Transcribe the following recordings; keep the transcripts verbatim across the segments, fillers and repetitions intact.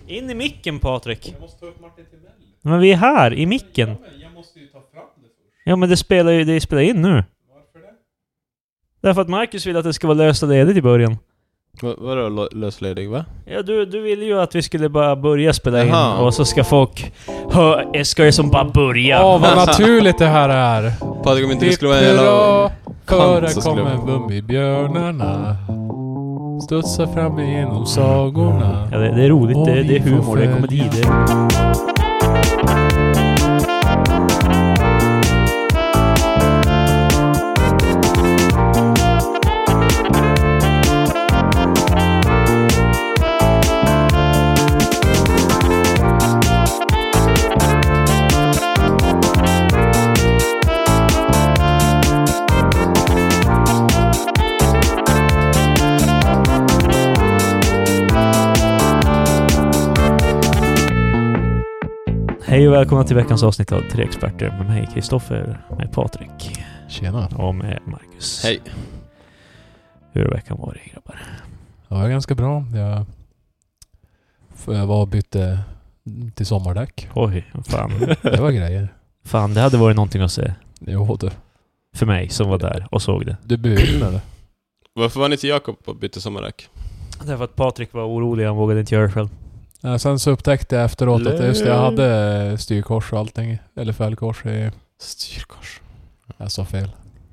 In i micken, Patrik. Jag måste ta upp Martin Timell. Men vi är här, i micken. Ja, men jag måste ju ta fram det först. Ja, men det spelar ju det spelar in nu. Varför det? Därför att Marcus vill att det ska vara löst och ledigt i början. V- vadå lo- lösledig, va? Ja, du, du ville ju att vi skulle bara börja spela in. Jaha. Och så ska folk hö, ska det som bara börja. Åh, vad naturligt det här är. Patrik, om inte det skulle vara en jävla... Före så skulle kommer jag- Bumbibjörnarna. Studsar fram igenom sagorna. Ja, det, det är roligt, Och det, det vi är får humor, det är komedi. följa. Det. Hej och välkomna till veckans avsnitt av Tre Experter med mig, Kristoffer, med Patrik Tjena. och med Marcus. Hej. Hur har veckan varit, grabbar? Ja, det är ganska bra. Jag, jag var och bytte till sommardäck. Oj, fan. Det var grejer. Fan, det hade varit någonting att se Jo, du. för mig som var där och såg det. Du byggde det. Varför var ni till Jakob och bytte sommardäck? Därför att Patrik var orolig, han vågade inte göra det själv. Ja, sen så upptäckte jag efteråt att just det, jag Lö. hade styrkors och allting. Eller fällkors i... Styrkors. Jag sa fel.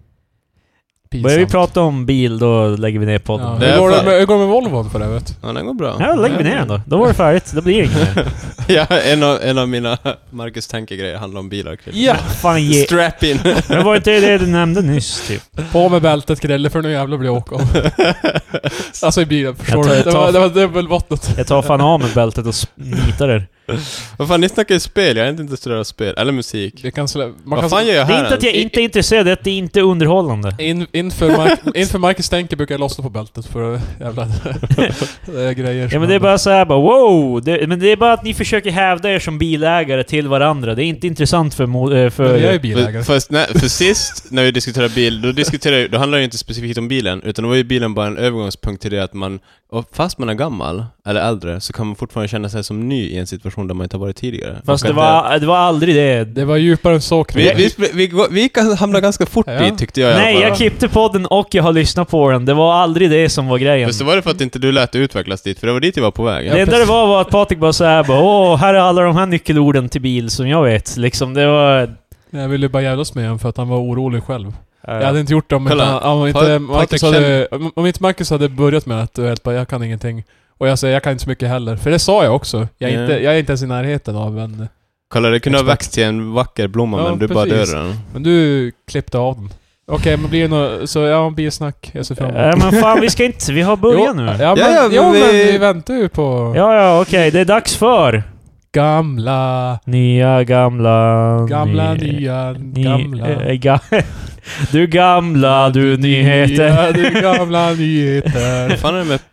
Börjar vi prata om bil, då lägger vi ner podden. Ja, Det hur, är går det fan- med, hur går det med Volvon för övrigt? Ja, den går bra. Ja, då lägger vi ner den då. Då var det färdigt, då blir det inget mer. Ja, en av, en av mina Marcus tankegrejer handlar om bilar. Krille. Ja! Fan, ge... Strap in. Men var inte det du nämnde nyss, typ? På med bältet, Krille, för nu jävlar blir jag åka av. Alltså i bilen, förstår Jag du? tar- Det var, det var dubbelbottnet. Jag tar fan av med bältet och nitar det. Vad fan, ni snackar ju spel. Jag är inte intresserad av spel. Eller musik. Vi kan slä, man Vad kan fan gör jag Det är här inte att jag ens? inte är intresserad, det är att det inte är underhållande. In, inför, Mark, inför Marcus Stänker brukar jag lossna på bältet för att jävla... det är grejer Ja, som men det är händer. bara så här, bara wow! Det, men det är bara att ni försöker hävda er som bilägare till varandra. Det är inte intressant för... mo- eh, för Men jag är För, bilägare. fast, nej, för sist när vi diskuterade bil, då, diskuterade, då handlar det inte specifikt om bilen, utan då var ju bilen bara en övergångspunkt till det att man, och fast man är gammal eller äldre, så kan man fortfarande känna sig som ny i en situation där man inte har varit tidigare. Fast Och det att var, det var aldrig det. Det var djupare än så. Vi, vi, vi, vi, går- vi kan hamna ganska fort Ja. dit, tyckte jag i alla Nej, fall. jag klippte podden och jag har lyssnat på den. Det var aldrig det som var grejen. Fast det var det för att inte du lät det utvecklas dit, för det var dit jag var på väg. Ja. Det enda det var var att Patrik bara såhär bara, åh, här är alla de här nyckelorden till bil som jag vet. Liksom, det var... Jag ville bara jävlas med honom för att han var orolig själv. Uh, Jag hade inte gjort det om inte, Kolla. om inte, Pa- Marcus, Patrik hade, om inte Marcus hade börjat med att du vet, bara, jag kan ingenting. Och jag säger, jag kan inte så mycket heller. För det sa jag också. Jag är, Ja. inte, jag är inte ens i närheten av en... Kolla, det kunde ha Expert. växt till en vacker blomma, Ja, men du bara precis. dödade den. Men du klippte av den. Okej, men blir det något... Så ja, bilsnack. Jag ser fram emot. äh, men fan, vi ska inte... Vi har börjat nu. Ja, Ja, men, Ja, ja, ja, men men vi- vi väntar ju på... ja, okej. Det är dags för... Gamla... Nya, gamla... Gamla, ny- nya, ny- gamla... eh, ga- du gamla, du nyheter. Ja, du gamla nyheter. Vad fan är det med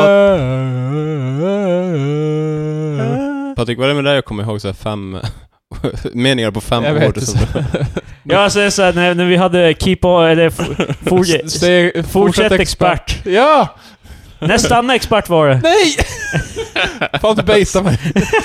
Patrik, vad är det med det jag kommer ihåg så här fem meningar på fem Jag ord? vet och sånt där. Ja, alltså, det är så här, när, när vi hade keep on, eller for, for, Steg- fortsätt expert. Ja! Nästan expert var det. Nej! Fan, du baitar mig.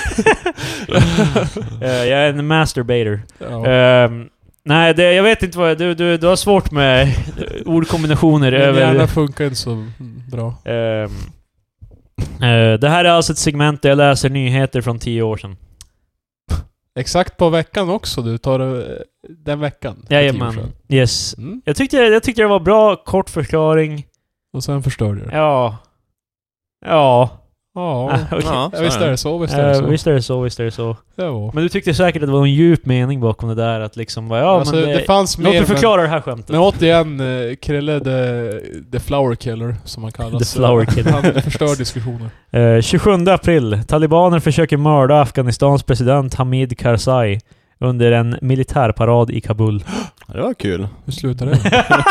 Eh, jag är en masturbator. Ja. Ehm, nej, det, jag vet inte vad... Du, du, du har svårt med eh, ordkombinationer Min över... hjärna funkar inte så bra. Ehm, eh, det här är alltså ett segment där jag läser nyheter från tio år sedan. Exakt på veckan också, du tar det den veckan. för tio år Jajamän. sedan. Yes. Mm. Jag tyckte, jag tyckte det var bra, kort förklaring. Och sen förstörde du det. Ja. Ja. Ja. Ah, okej. Ja, Ja, så visst är det så, visst är det Eh, så. visst är det så, visst är det så. Ja. Men du tyckte säkert att det var en djup mening bakom det där, att liksom... Ja, alltså, men det, det, fanns låt mer... mig men- förklara det här skämtet. Men återigen, eh, Krille the, the flower killer, som han kallas. The flower killer. Han förstör diskussioner. Eh, tjugosjunde april. Talibaner försöker mörda Afghanistans president Hamid Karzai under en militärparad i Kabul. Ja, det var kul. Hur slutar det?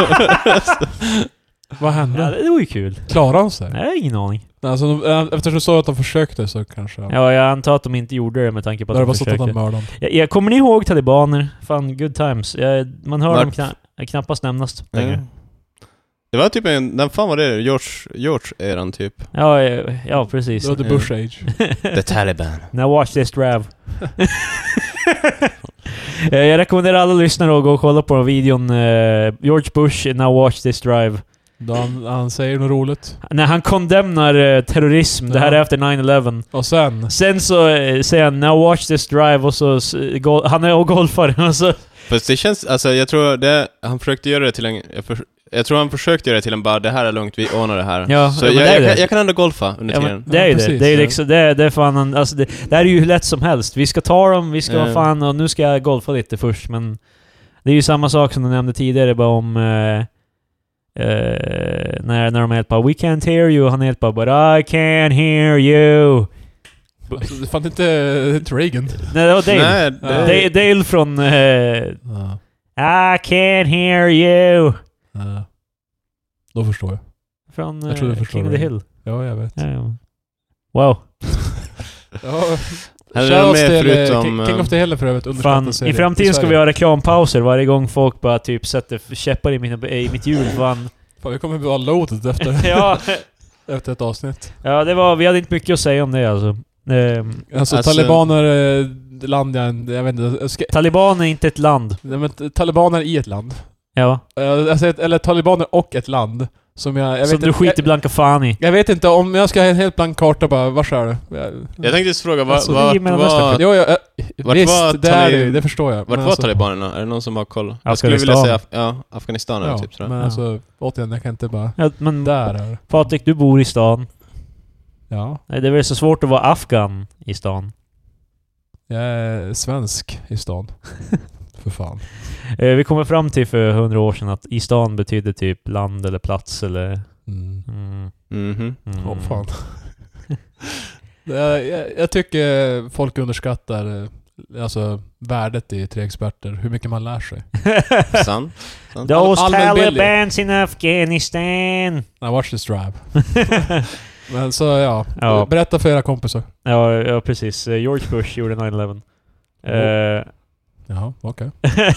Vad hände? Ja, det var ju kul. Klarade han sig? Nej, ingen aning. Alltså, de- eh, eftersom du sa att de försökte så kanske... Ja, jag antar att de inte gjorde det med tanke på Då att hade de det bara stått att försökte. han mördade honom. Jag, jag, kommer ni ihåg talibaner? Fan, good times. Jag, man hör Var- dem kna- knappast nämnas längre. Mm. Det var typ en... Den fan var det? George... George-eran typ. Ja, ja, ja precis. Det var the Bush age. The Taliban. Now watch this drive. Jag rekommenderar alla lyssnare att gå och kolla på videon uh, George Bush, Now watch this drive. Då han, han säger något roligt. När han kondemnar uh, terrorism, ja. Det här är efter nine eleven. Och sen? Sen så uh, säger han Now watch this drive och så uh, go- han är och golfar och så. Fast det känns, alltså jag tror det, han försökte göra det till en, jag, för, jag tror han försökte göra det till en bara, det här är lugnt, vi ordnar det här. Ja, så ja, jag, jag, jag, kan, jag kan ändå golfa under ja, tiden. Det är ju ja, det. Precis, det är ju ja. liksom, det, det är fan en, alltså det, det här är ju hur lätt som helst. Vi ska ta dem, vi ska Ja. vara fan, och nu ska jag golfa lite först, men det är ju samma sak som du nämnde tidigare bara om uh, uh, när, när de är helt bara, we can't hear you, han är helt bara, but I can't hear you. Alltså, det fanns inte, inte Reagan. Nej, det var Dale. Nej, Dale, det, Dale från uh, Ja. I can't hear you. Ja. Då förstår jag. Från Jag tror du uh, förstår King of the det. Hill. Ja, jag vet. Ja, ja. Wow. Ja. Här är det Shouts med till, eh, förutom, King, King of the Hill är för övrigt Fan, underskattad serie i framtiden ska Sverige. vi ha reklampauser varje gång folk bara typ sätter käppar i, mina, i mitt hjul. Fan. Fan, vi kommer att vara loaded efter, Ja. efter ett avsnitt. Ja, det var, vi hade inte mycket att säga om det alltså. Ehm, Alltså, Alltså- talibaner, eh, land jag, jag vet inte. Ska, Taliban är inte ett land. nej, men talibaner i ett land. Ja. Eh, Alltså, ett- eller talibaner och ett land. Som jag, jag som vet du inte, skiter jag, blanka fan i. jag vet inte om jag ska ha en helt blank karta bara, vars är det? Jag, jag tänkte just fråga, var, Alltså, vart vi är Mellanöstern. var, jo, jag, jag, Vart visst, var det är tali- det, det förstår jag. vart Men var alltså, talibanerna? Är det någon som har koll? Jag skulle vilja Afghanistan. säga, ja, Afghanistan eller Ja, typ sådär. men Ja. alltså, återigen, jag kan inte bara... Ja, men Där är det. Patrik, du bor i stan. Ja, Nej, det är väl så svårt att vara afghan i stan. jag är svensk i stan. För fan. Eh, vi kommer fram till för hundra år sedan att i stan betyder typ land eller plats eller... Mm. Mm, Mhm. mm. Åh fan. jag, jag, jag tycker folk underskattar eh, alltså, värdet i Tre Experter. Hur mycket man lär sig. Sant. Sant. Those Allmänbildning. Talibans in Afghanistan. I watch this drive. Men så ja, Ja. berätta för era kompisar. Ja, ja, precis. Eh, George Bush gjorde nine eleven. Eh, Jaha, okej.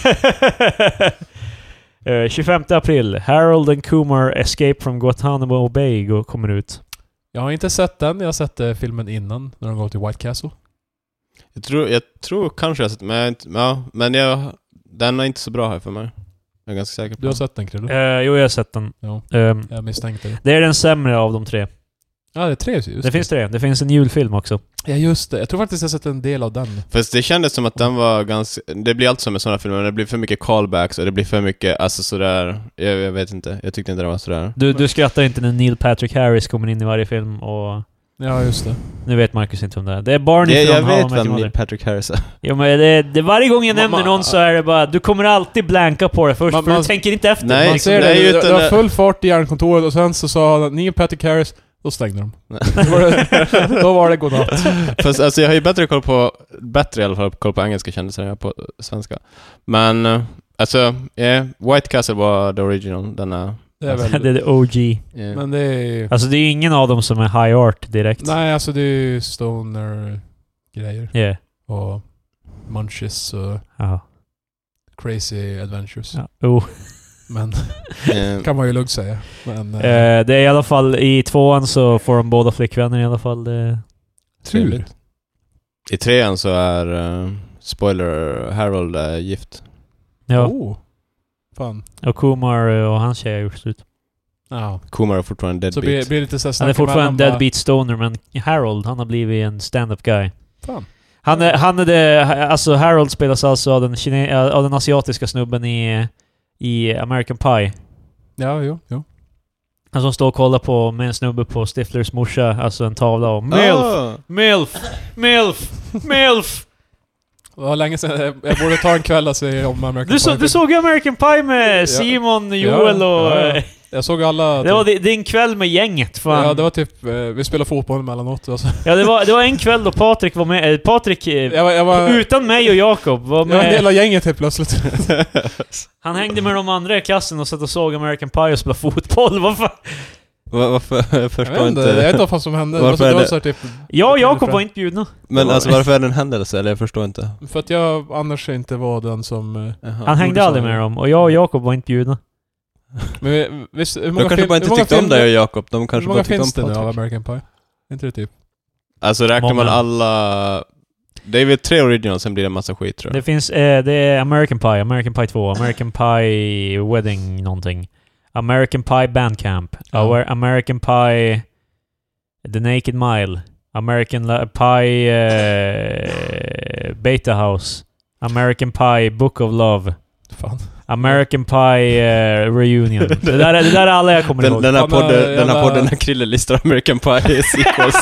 eh, tjugofemte april. Harold and Kumar Escape from Guantanamo Bay går- kommer ut. Jag har inte sett den, jag har sett eh, filmen innan, när de går till White Castle. Jag tror, jag tror kanske jag har sett, men, jag, inte- ja, men jag, den är inte så bra här för mig. Jag är ganska säker på Du har det. sett den, Krille? Eh, jo, jag har sett den. Ja, Ehm, jag misstänkte det. det är den sämre av de tre. Ja, det är tre just Det finns tre. Det finns en julfilm också. Ja, just det. Jag tror faktiskt jag har sett en del av den. Fast det kändes som att den var ganska... Det blir alltid som med sådana filmer, det blir för mycket callbacks och det blir för mycket, alltså sådär... Jag, jag vet inte, jag tyckte inte det var sådär. Du, du skrattar inte när Neil Patrick Harris kommer in i varje film och... Ja, just det. Nu vet Marcus inte om det är. Det är Barney Jag, från jag How I vet Met Your vem Mother. Neil Patrick Harris är. Ja, men det, det, varje gång jag Man- nämner man- någon så är det bara... Du kommer alltid blanka på det först, Man- för man- du tänker inte efter. Nej, Man liksom. ser det det, är ju det, inte det var den- full fart i järnkontoret och sen så sa han Neil Patrick Harris, då stängde de. Då var det, då var det godnatt. Fast alltså jag har ju bättre koll på... Bättre i alla fall koll på engelska kändisar än jag på svenska. Men... eh, Alltså, yeah, White Castle var the original, den är... Det är det väl... är the O G. Yeah. Men det är... Alltså det är ingen av dem som är high art direkt. Nej, alltså det är ju stoner-grejer. Yeah. Och munches och Ja. crazy adventures. Ja. Oh. Men Eh, kan man ju lugnt säga. Men... eh, Eh, det är i alla fall i tvåan så får de båda flickvänner i alla fall. Det... tur. I trean så är... eh, spoiler, Harold är gift. Ja. Oh. Fan. Och Kumar och hans tjej har gjort slut. Ja. Kumar är fortfarande Så deadbeat. blir, blir det lite så här Han är snack emellan fortfarande bara- deadbeat stoner, men Harold, han har blivit en stand-up guy. Fan. Han är, han är det... Alltså Harold spelas alltså av den, kine, av den asiatiska snubben i, i American Pie. Ja, jo, jo. Han som står och kollar på med en snubbe på Stiflers morsa, alltså en tavla om MILF, Ah! MILF, MILF, MILF. Det var länge sedan. Jag, jag borde ta en kväll och se om American Du, så, Pie. du såg ju American Pie med Ja. Simon, Joel och... Ja, ja. Jag såg alla... Det var di- din kväll med gänget, fan. Ja, det var typ... eh, Vi spelade fotboll emellanåt. Alltså. Ja, det var, det var en kväll då Patrik var med. eh, Patrik, eh, Jag var, jag var, utan mig och Jakob, var jag var en del med. av gänget helt plötsligt. Han hängde med de andra i klassen och satt och såg American Pie och spelade fotboll. Vad fan? Va- Varför? Jag Jag förstår vet inte, inte. jag vet inte vad som hände. Varför Varför det är var det- så här, typ, Jag och Jakob var inte bjudna. Men alltså varför är det en händelse? Eller jag förstår inte. För att jag annars inte var den som... eh, Jaha. Han hängde gjorde aldrig så. med dem. Och jag och Jakob var inte bjudna. Men vi- visst, hur många De kanske film- bara inte hur många tyckte om filmer- dig och Jakob. De Hur kanske många bara tyckte om finns det nu av Patrik. American Pie? Inte det typ? Alltså räknar man Många. alla... Det är väl tre original, sen blir det en massa skit tror jag. Det finns, eh, det är American Pie, American Pie två, American Pie Wedding någonting. American Pie Bandcamp, Ja. Amer- American Pie The Naked Mile, American La- Pie eh, Beta House, American Pie Book of Love, Fan. American Pie eh, Reunion. det, där är, det där är alla jag kommer Den, ihåg. den, här Fan, podden, äh, den här jävla- podden har Krille listar American Pie sequels.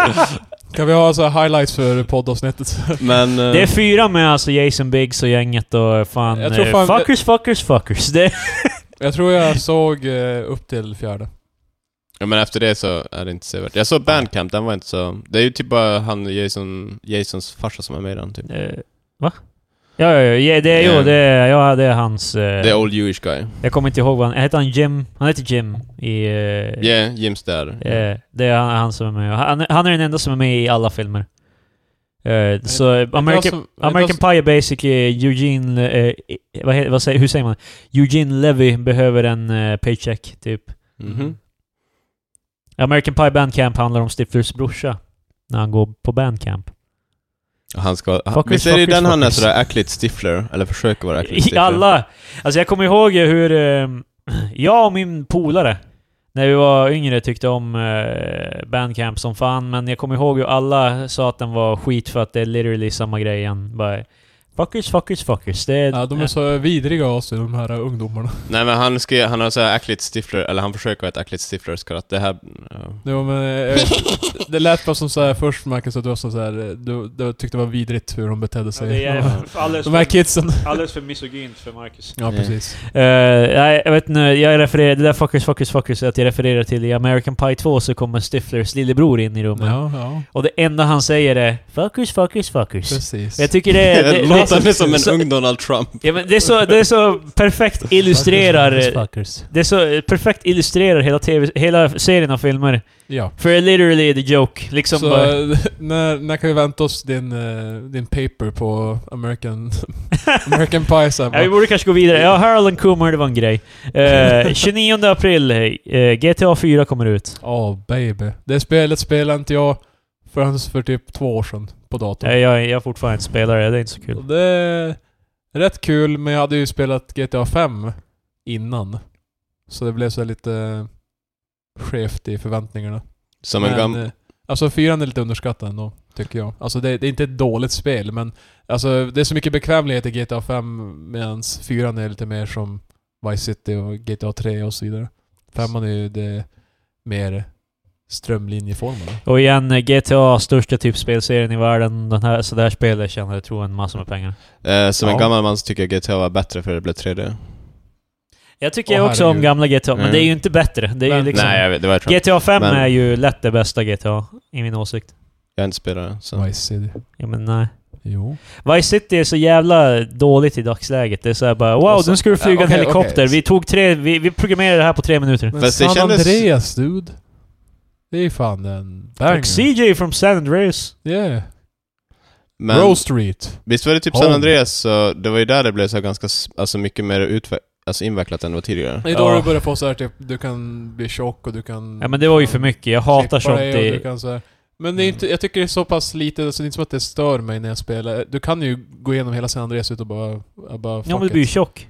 Kan vi ha så här highlights för poddavsnittet? Men... eh, Det är fyra med alltså Jason Biggs och gänget och fan... Jag tror eh, fan- fuckers, fuckers, fuckers. Det, Jag tror jag såg eh, upp till fjärde. ja, men efter det så är det inte så värt. Jag såg Bandcamp, den var inte så... Det är ju typ bara han Jason, Jasons farsa som är med i den typ. eh, va? Ja, ja, ja, det är ju Ja. det, är- ja, det är hans... eh, Det är Old Jewish Guy. Jag kommer inte ihåg vad han... Heter han Jim? Han heter Jim i... eh, Yeah, Jims där. eh, det är han, han som är med. Han, han är den enda som är med i alla filmer. Eh, så American, som- American Pie är basically Eugene... eh, vad, he- vad säger, hur säger man? Eugene Levy behöver en eh, paycheck, typ. Mhm. American Pie Bandcamp handlar om Stiflers brorsa. När han går på Bandcamp. Han ska... Han, Fuckers, visst är det fuckers, den han är fuckers. sådär äckligt Stifler? Eller försöker vara äckligt I Stifler? alla... Alltså jag kommer ihåg hur... Eh, jag och min polare, när vi var yngre, tyckte om eh, Bandcamp som fan. Men jag kommer ihåg hur alla sa att den var skit för att det är literally samma grej igen. Bara, fuckers, fuckers, fuckers. Det är, Ja, de är så vidriga av sig, de här ungdomarna. Nej men han ska, han har såhär äckligt Stifler, eller han försöker vara ett äckligt Stifler, ska att det här... Ja. Jo, men, eh, det lät bara som så här först, Marcus, att du var så här, du, du tyckte det var vidrigt hur de betedde Ja, sig. det är alldeles, De här för, kidsen. alldeles för misogynt för Marcus. Ja, precis. Uh, nej, jag vet inte, jag refererar... Det där fuckers, fuckers, fuckers att jag refererar till i American Pie två så kommer Stiflers lillebror in i rummet. Ja, ja. Och det enda han säger är fuckers, fuckers, fuckers. Precis. Jag tycker det är... Det, det, Låter det som en så- ung Donald Trump. Ja, men det, är så, det är så perfekt illustrerar... Fuckers, fuckers. Det är så perfekt illustrerar hela, T V, hela serien av filmer. Ja. För literally the joke. Liksom Så bara... när, när kan vi vänta oss din, uh, din paper på American, American Pie? Så här, Ja, vi bara, borde kanske gå vidare. Ja, Harold and Kumar, det var en grej. Uh, tjugonionde april, uh, G T A fyra kommer ut. oh baby. Det spelet spelade inte jag förrän för typ två år sedan på datorn. Nej, jag, jag är fortfarande inte spelare, det är inte så kul. Och det är rätt kul, men jag hade ju spelat G T A fem innan. Så det blev så här lite skevt i förväntningarna. Som en Men, gammal... eh, alltså fyran är lite underskattad ändå, tycker jag. Alltså det, det är inte ett dåligt spel, men alltså det är så mycket bekvämlighet i G T A fem, medan fyran är lite mer som Vice City och G T A tre och så vidare. Femman är ju det mer strömlinjeformade. Och igen, eh, G T A, största typ spelserien i världen. Den här, så det här spelet tjänar jag tror en massa med pengar. Eh, som en Ja. gammal man så tycker jag G T A var bättre för det blev tre D. Jag tycker Åh, ju också om herregud. gamla G T A, men Mm. det är ju inte bättre. Det är ju Men- liksom... Nej, jag vet, det var jag tror. G T A fem Men- är ju lätt det bästa G T A, i min åsikt. Jag har inte spelat det, så... Vice City. Ja, men nej. Jo. Vice City är så jävla dåligt i dagsläget. Det är såhär bara, wow, Och så- nu ska du flyga Ja, okej, en helikopter. okej. Vi tog tre... Vi, vi programmerade det här på tre minuter. Men Fast det San kändes- Andreas, dude. Det är ju fan en banger. Och C J from San Andreas. Yeah. Men Rose Street. visst var det typ Home. San Andreas, så det var ju där det blev så ganska, s- alltså mycket mer utve- alltså invecklat än det var tidigare. Det är då Ja. du börjar få så här typ, du kan bli tjock och du kan... Ja, men det var ju för mycket. Jag hatar klippa sånt dig och i... du kan så här. Men det är inte, jag tycker det är så pass lite, så det är inte som att det stör mig när jag spelar. Du kan ju gå igenom hela San Andreas ut och bara... bara Ja, men fuck du blir ju it. tjock.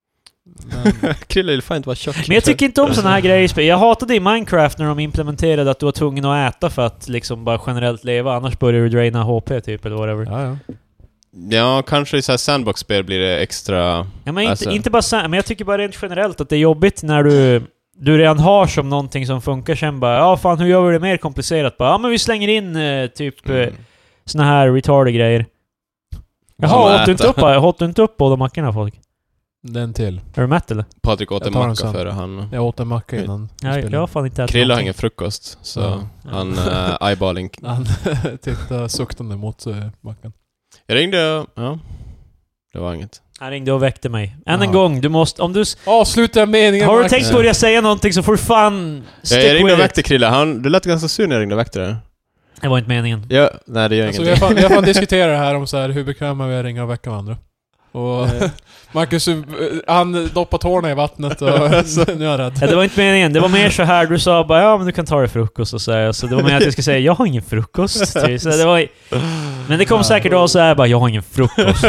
Men, Krille vill fan inte vara tjock. Men jag tycker inte om såna här grejer i spel. Jag hatade i Minecraft när de implementerade att du var tvungen att äta för att liksom bara generellt leva. Annars börjar du draina H P typ, eller whatever. ja, ja. Ja, kanske i så här sandbox-spel blir det extra... Ja, men inte, Alltså. inte bara sen, men jag tycker bara rent generellt att det är jobbigt när du... Du redan har som någonting som funkar, sen bara ja fan hur gör vi det mer komplicerat? Bara, ja men vi slänger in eh, typ eh, Mm. såna här retarded grejer. Som Jaha, att åt du inte äta. upp, åt du inte upp båda mackorna folk? Den till. Är du mätt eller? Patrik åt Jag en tar den macka sen. före han... Jag åt en macka innan vi Nej, spelade. jag har fan inte ätit Krille har någonting. ingen frukost, så Ja. han uh, eyeballing. Han tittade suktande mot uh, mackan. Jag ringde, ja. Det var inget. Han ringde och väckte mig. Än en Ja. gång, du måste... Om du... s- Avsluta meningen, Har du Marcus. tänkt börja säga någonting så får du fan... Jag, Stick jag ringde och with väckte it. Krille, han, du lät ganska sur när jag ringde och väckte det. Det var inte meningen. Ja, nej det gör Alltså, vi har ingenting. fan, vi har fan diskuterat det här om så här, hur bekväma vi är att ringa och väcka varandra. Och Marcus, han doppar tårna i vattnet och nu är jag rädd. Ja, det var inte meningen. Det var mer så här, du sa bara ja men du kan ta dig frukost och så, så det var mer att jag skulle säga jag har ingen frukost. Så det var, men det kom säkert av så här bara jag har ingen frukost.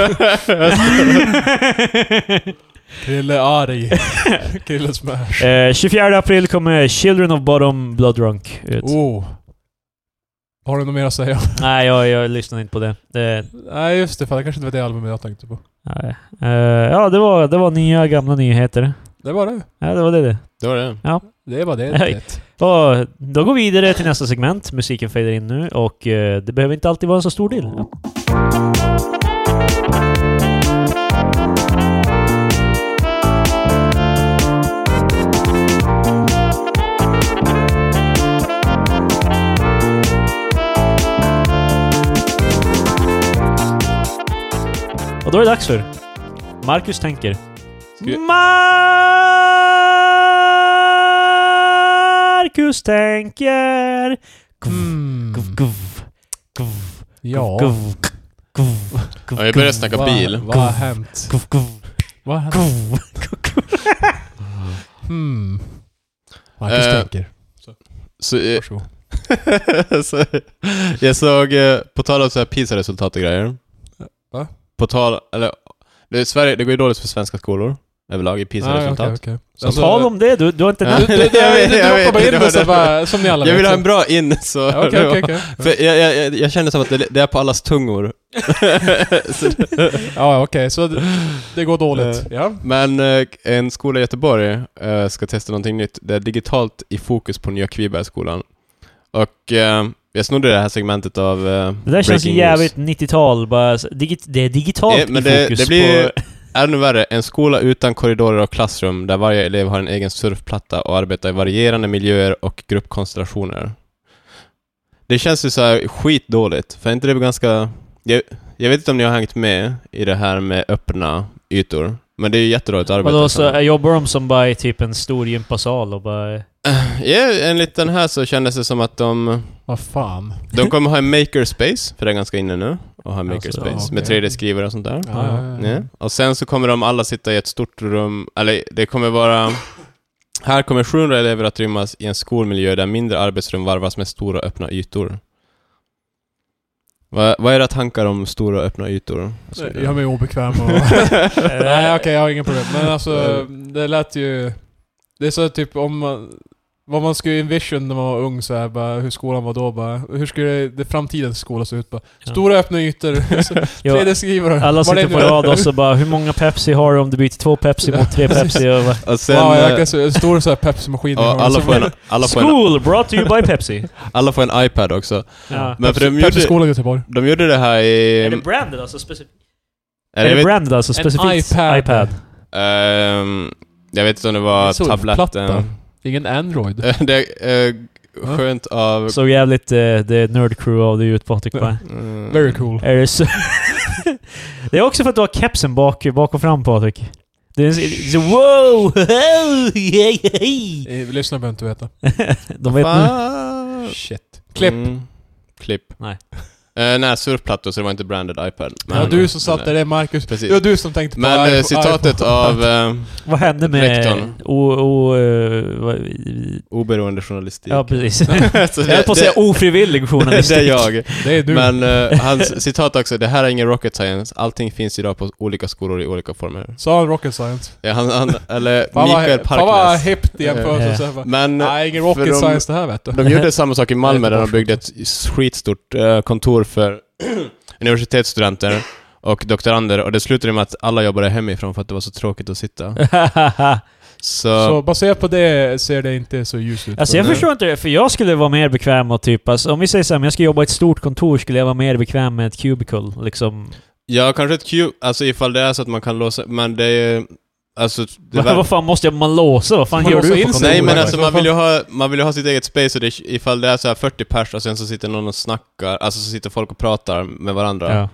Krille arg. Krille smash. Eh, tjugofjärde april kommer Children of Bodom Blood Drunk ut. Oh. Har du något mer att säga? Nej, jag, jag lyssnade inte på det. det Nej, just det. För det kanske inte var det albumet jag tänkte på. nej. Eh, ja, det var, det var nya gamla nyheter. Det var det. Ja, det var det det. Det var det. Ja. Det var det. Nej. Och då går vi vidare till nästa segment. Musiken fader in nu och eh, det behöver inte alltid vara en så stor del. Ja. Och då är det dags för Marcus tänker. vi- Marcus tänker. Mm. Guv, guv, guv, Ja. guv, guv, guv, Ja, vi börjar snacka Vad- bil. Vad har hänt? guv, guv, Vad har hänt? guv. Hmm. Marcus Eh, tänker. Så, eh, Varsågod. så, jag såg, eh, på tal om så här PISA-resultat och grejer. Va? På tal, eller, det, är Sverige, det går ju dåligt för svenska skolor överlag i PISA-resultat. Ah, okej, okej. Så tal om det, du, du har inte Ja. nämnt Du, du, du, Jag vet, du jag vet, droppar bara det in var det så det. bara, som ni alla Jag vill vet. ha en bra in, så... Ja, Okej, okej, okej. För jag, jag, jag, jag känner som att det, det är på allas tungor. Så det- Ja, okej. Så det, det går dåligt. Ja. Men eh, en skola i Göteborg eh, ska testa någonting nytt. Det är digitalt i fokus på Nya Kvibergsskolan. Och eh, jag snodde det här segmentet av eh, det där känns ju Breaking jävligt News. nittiotal. Bara, digit, det är digitalt Eh, men i det, fokus det blir på... ännu värre. En skola utan korridorer och klassrum där varje elev har en egen surfplatta och arbetar i varierande miljöer och gruppkonstellationer. Det känns ju så här skitdåligt. För inte det är ganska... Jag, jag vet inte om ni har hängt med i det här med öppna ytor. Men det är ju jättedåligt arbete. Vadå, så jobbar de som bara i typ en stor gympasal och bara... Ja, enligt den här så kändes det som att de... Vad fan. De kommer ha en makerspace, för det är ganska inne nu. Och ha en Alltså, makerspace okej. med tre D-skrivare och sånt där. Ja, ja, ja. Ja. Och sen så kommer de alla sitta i ett stort rum. Eller det kommer vara... Här kommer sjuhundra elever att rymmas i en skolmiljö där mindre arbetsrum varvas med stora öppna ytor. Vad, vad är era tankar om stora öppna ytor? Jag är mig obekväm och... Nej, okej, jag har ingen problem. Men alltså, det lät ju... Det är så typ om man... Vad man skulle envision när man var ung så här, bara hur skolan var då bara. Hur skulle det framtidens skola se ut bara? Stora öppna ytor. Ja, tre D-skrivare. alla Vad är sitter det på nu? rad och så bara hur många Pepsi har du om du byter två Pepsi mot tre Pepsi? Och bara, Och sen... Ja, jag eh, kan se en stor så här Pepsi-maskin. och alla, får en, alla, får en, School brought to you by Pepsi. alla får en iPad också. Ja. Men för de gjorde, Pepsi-skolan i Göteborg. de gjorde det här i... Är det branded alltså specifikt? eller Är jag det vet- branded alltså En specifikt? iPad. iPad. Ehm, jag vet inte om det var Surfplatta. tabletten. Ingen Android. Det är eh, skönt av... Såg jävligt uh, det nerd crew av det ut Patrik bara. Mm. Very cool. Är det så? Det är också för att du har kepsen bak, bak och fram Patrik. Det är så wow! Hej, hej. Eh, Lyssna behöver inte veta. De vet nu. Fan. Shit. Klipp. Mm. Klipp. Nej. Uh, nej, surfplattor, så det var inte branded iPad. Det var du som satt där, det är Marcus. Precis. Det var du som tänkte på Men eh, iPhone- citatet iPhone. av eh, Vad hände med rektorn. o, o, eh, vad- oberoende journalistik. Ja, precis. Så Jag höll på att det- säga ofrivillig journalistik. det är jag. Det är du. Men eh, hans citat också, det här är ingen rocket science. Allting finns idag på olika skolor i olika former. Sa han rocket science? Ja, han, han, eller Fan vad- Mikael Fan vad Parknäs. hippt i jämförelse. Eh, så här bara, Men Nej, ingen för rocket de- science det här vet du. de gjorde samma sak i Malmö där de Göteborg. byggde ett skitstort eh, kontor för universitetsstudenter och doktorander, och det slutade med att alla jobbade hemifrån för att det var så tråkigt att sitta. Så, Så baserat på det ser det inte så ljus ut. Alltså jag Nej. förstår inte det, för jag skulle vara mer bekväm och typ, alltså, om vi säger så här, om jag ska jobba i ett stort kontor skulle jag vara mer bekväm med ett cubicle, liksom. ja, kanske ett cube, alltså ifall det är så att man kan låsa, men det är alltså det Vad, var- vad fan måste jag, man låsa? Vad fan Man gör låser du in på sig. kontoret? Nej, men Vad alltså fan? man vill ju ha, man vill ju ha sitt eget space, och det, ifall det är så här fyrtio pers och sen så sitter någon och snackar, alltså så sitter folk och pratar med varandra. Ja.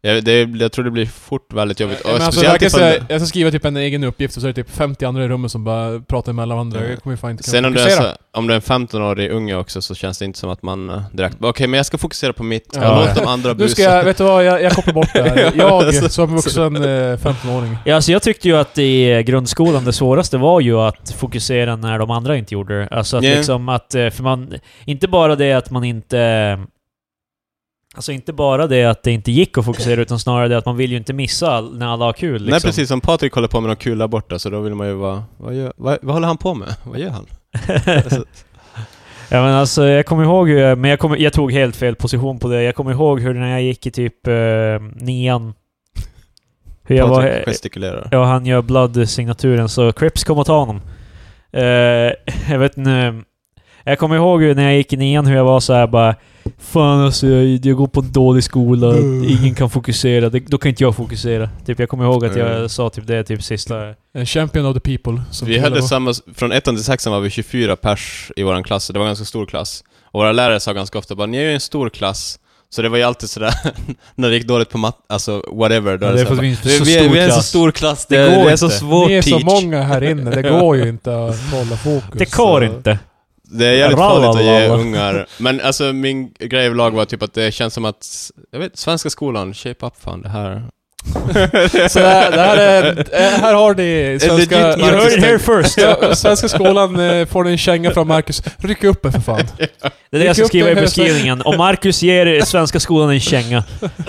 Jag, det, jag tror det blir fort väldigt jobbigt. Ja, och men alltså, speciellt jag, kan ifall säga, jag ska skriva typ en egen uppgift och så är det typ femtio andra i rummet som bara pratar med alla andra. Mm. Jag kommer fan inte Sen om du, är fokusera. så, om du är en femton-årig unge också så känns det inte som att man uh, direkt... Okej, okay, men jag ska fokusera på mitt. Ja. Jag låter de andra busa. Nu ska jag, vet du vad, jag, jag kopplar bort det här. Jag som vuxen eh, femton-åring. Ja, alltså jag tyckte ju att i grundskolan det svåraste var ju att fokusera när de andra inte gjorde det. Alltså att Yeah. liksom att... eh, För man... Inte bara det att man inte... Alltså inte bara det att det inte gick att fokusera, utan snarare det att man vill ju inte missa all, när alla har kul. Liksom. Nej, precis. Som Patrik håller på med något kul där borta, så då vill man ju vara... Vad, gör, vad, vad håller han på med? Vad gör han? Alltså, Ja, men alltså jag kommer ihåg hur, men jag, kommer, jag tog helt fel position på det. Jag kommer ihåg hur när jag gick i typ eh, nian, hur jag Patrik var, gestikulerar. ja, han gör blood-signaturen, så Crips kom och ta honom. Eh, jag vet inte, jag kommer ihåg hur när jag gick i nian hur jag var så här bara, fan alltså, jag, jag går på en dålig skola, Mm. ingen kan fokusera, det, då kan inte jag fokusera. Typ jag kommer ihåg att jag Mm. sa typ det typ sista. En champion of the people. Som Vi hade samma... Från ettan till sexan var vi tjugofyra pers i våran klass. Det var en ganska stor klass. Och våra lärare sa ganska ofta bara, ni är ju en stor klass. Så det var ju alltid sådär, när det gick dåligt på matte, alltså whatever. Då Ja, är det är så för här att bara, vi är så vi, stor vi är en så klass. stor klass, det, Det det, går är så inte. svårt Ni är så teach. många här inne, det går ju inte att hålla fokus. Det går så- inte. Det är jävligt Ralala. farligt att ge ungar. Men alltså min grej överlag var typ att det känns som att, jag vet, svenska skolan, shape up fan, det här. Så det här, det här, är, eh, här har ni svenska... legit You heard it here first. Ja, svenska skolan eh, får ni en känga från Marcus. Ryck upp er för fan. Det är det jag ska Gick upp skriva i det hösten. beskrivningen. Om Marcus ger svenska skolan en känga.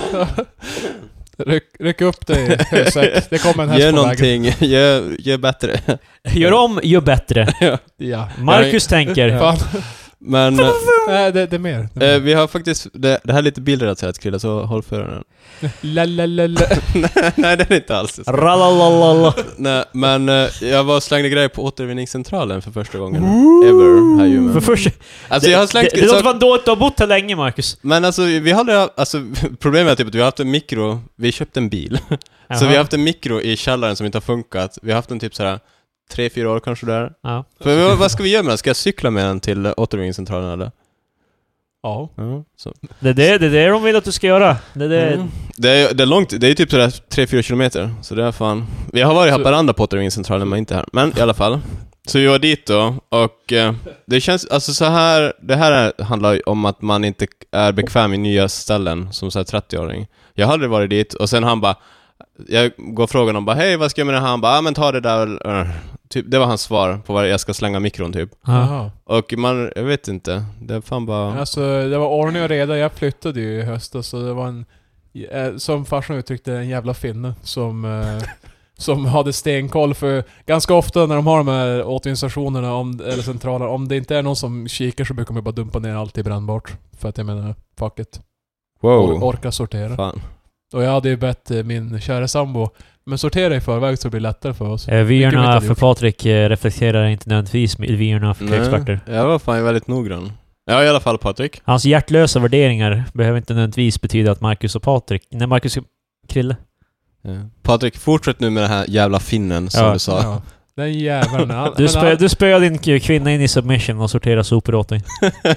Ryck, ryck upp dig, hösäck. Det kommer en häst Gör på vägen. någonting, gör, gör bättre. Gör om, gör bättre. Ja. Marcus tänker. Fan. Men Nej, det, det är mer. Det är eh, mer. vi har faktiskt, det, det här är lite bildrelaterat Krilla, så håll för den. La, la, la, la. Nej, det är inte alls. Ralalala. Nej, men eh, jag var och slängde grejer på återvinningscentralen för första gången ever här i Umeå. För först, Alltså det, jag har slängt det, det låter sak- fan dåligt, du har bott här länge, Marcus. Men alltså vi hade, alltså problemet är typ att vi har haft en mikro, vi köpte en bil. Så Jaha. vi har haft en mikro i källaren som inte har funkat. Vi har haft den typ såhär tre, fyra år kanske där. Ja. För vad, vad ska vi göra med den? Ska jag cykla med den till återvinningscentralen eller? Ja. Ja, så. Det är det, det är det de vill att du ska göra. Det är det. Mm. Det är, det är långt, det är typ sådär tre, fyra kilometer. Så det är fan... Vi har varit i Haparanda på återvinningscentralen men inte här. Men i alla fall. Så vi var dit då och eh, det känns, alltså så här, det här är, handlar ju om att man inte är bekväm i nya ställen som så här trettio-åring. Jag hade varit dit och sen han bara, jag går frågan om bara, hej vad ska jag med det här? Han bara, ah, men ta det där. Uh, typ, det var hans svar på vad jag ska slänga mikron typ. Ja. Jaha. Och man, jag vet inte, det är fan bara... Alltså, det var ordning och reda. Jag flyttade ju i höstas så det var en... eh, Som farsan uttryckte, en jävla finne som... Eh, som hade stenkoll för ganska ofta när de har de här återvinningsstationerna om, eller centraler, om det inte är någon som kikar så brukar man bara dumpa ner allt i brännbart. För att jag menar, fuck it. Wow. Or- orka sortera. Fan. Och jag hade ju bett eh, min kära sambo, men sortera i förväg så det blir lättare för oss. Eh, Vilket vi inte Vyerna hade för gjort. Patrik eh, reflekterar inte nödvändigtvis med vyerna för experter. Jag var fan väldigt noggrann. Ja, i alla fall Patrik. Hans hjärtlösa värderingar behöver inte nödvändigtvis betyda att Marcus och Patrik... Nej, Marcus och Krille. Ja. Patrik, fortsätt nu med den här jävla finnen som Ja. du sa. Ja. Den jäveln. Han- Du, men spö, han- du spöar din k- kvinna in i submission och sorterar sopor åt dig.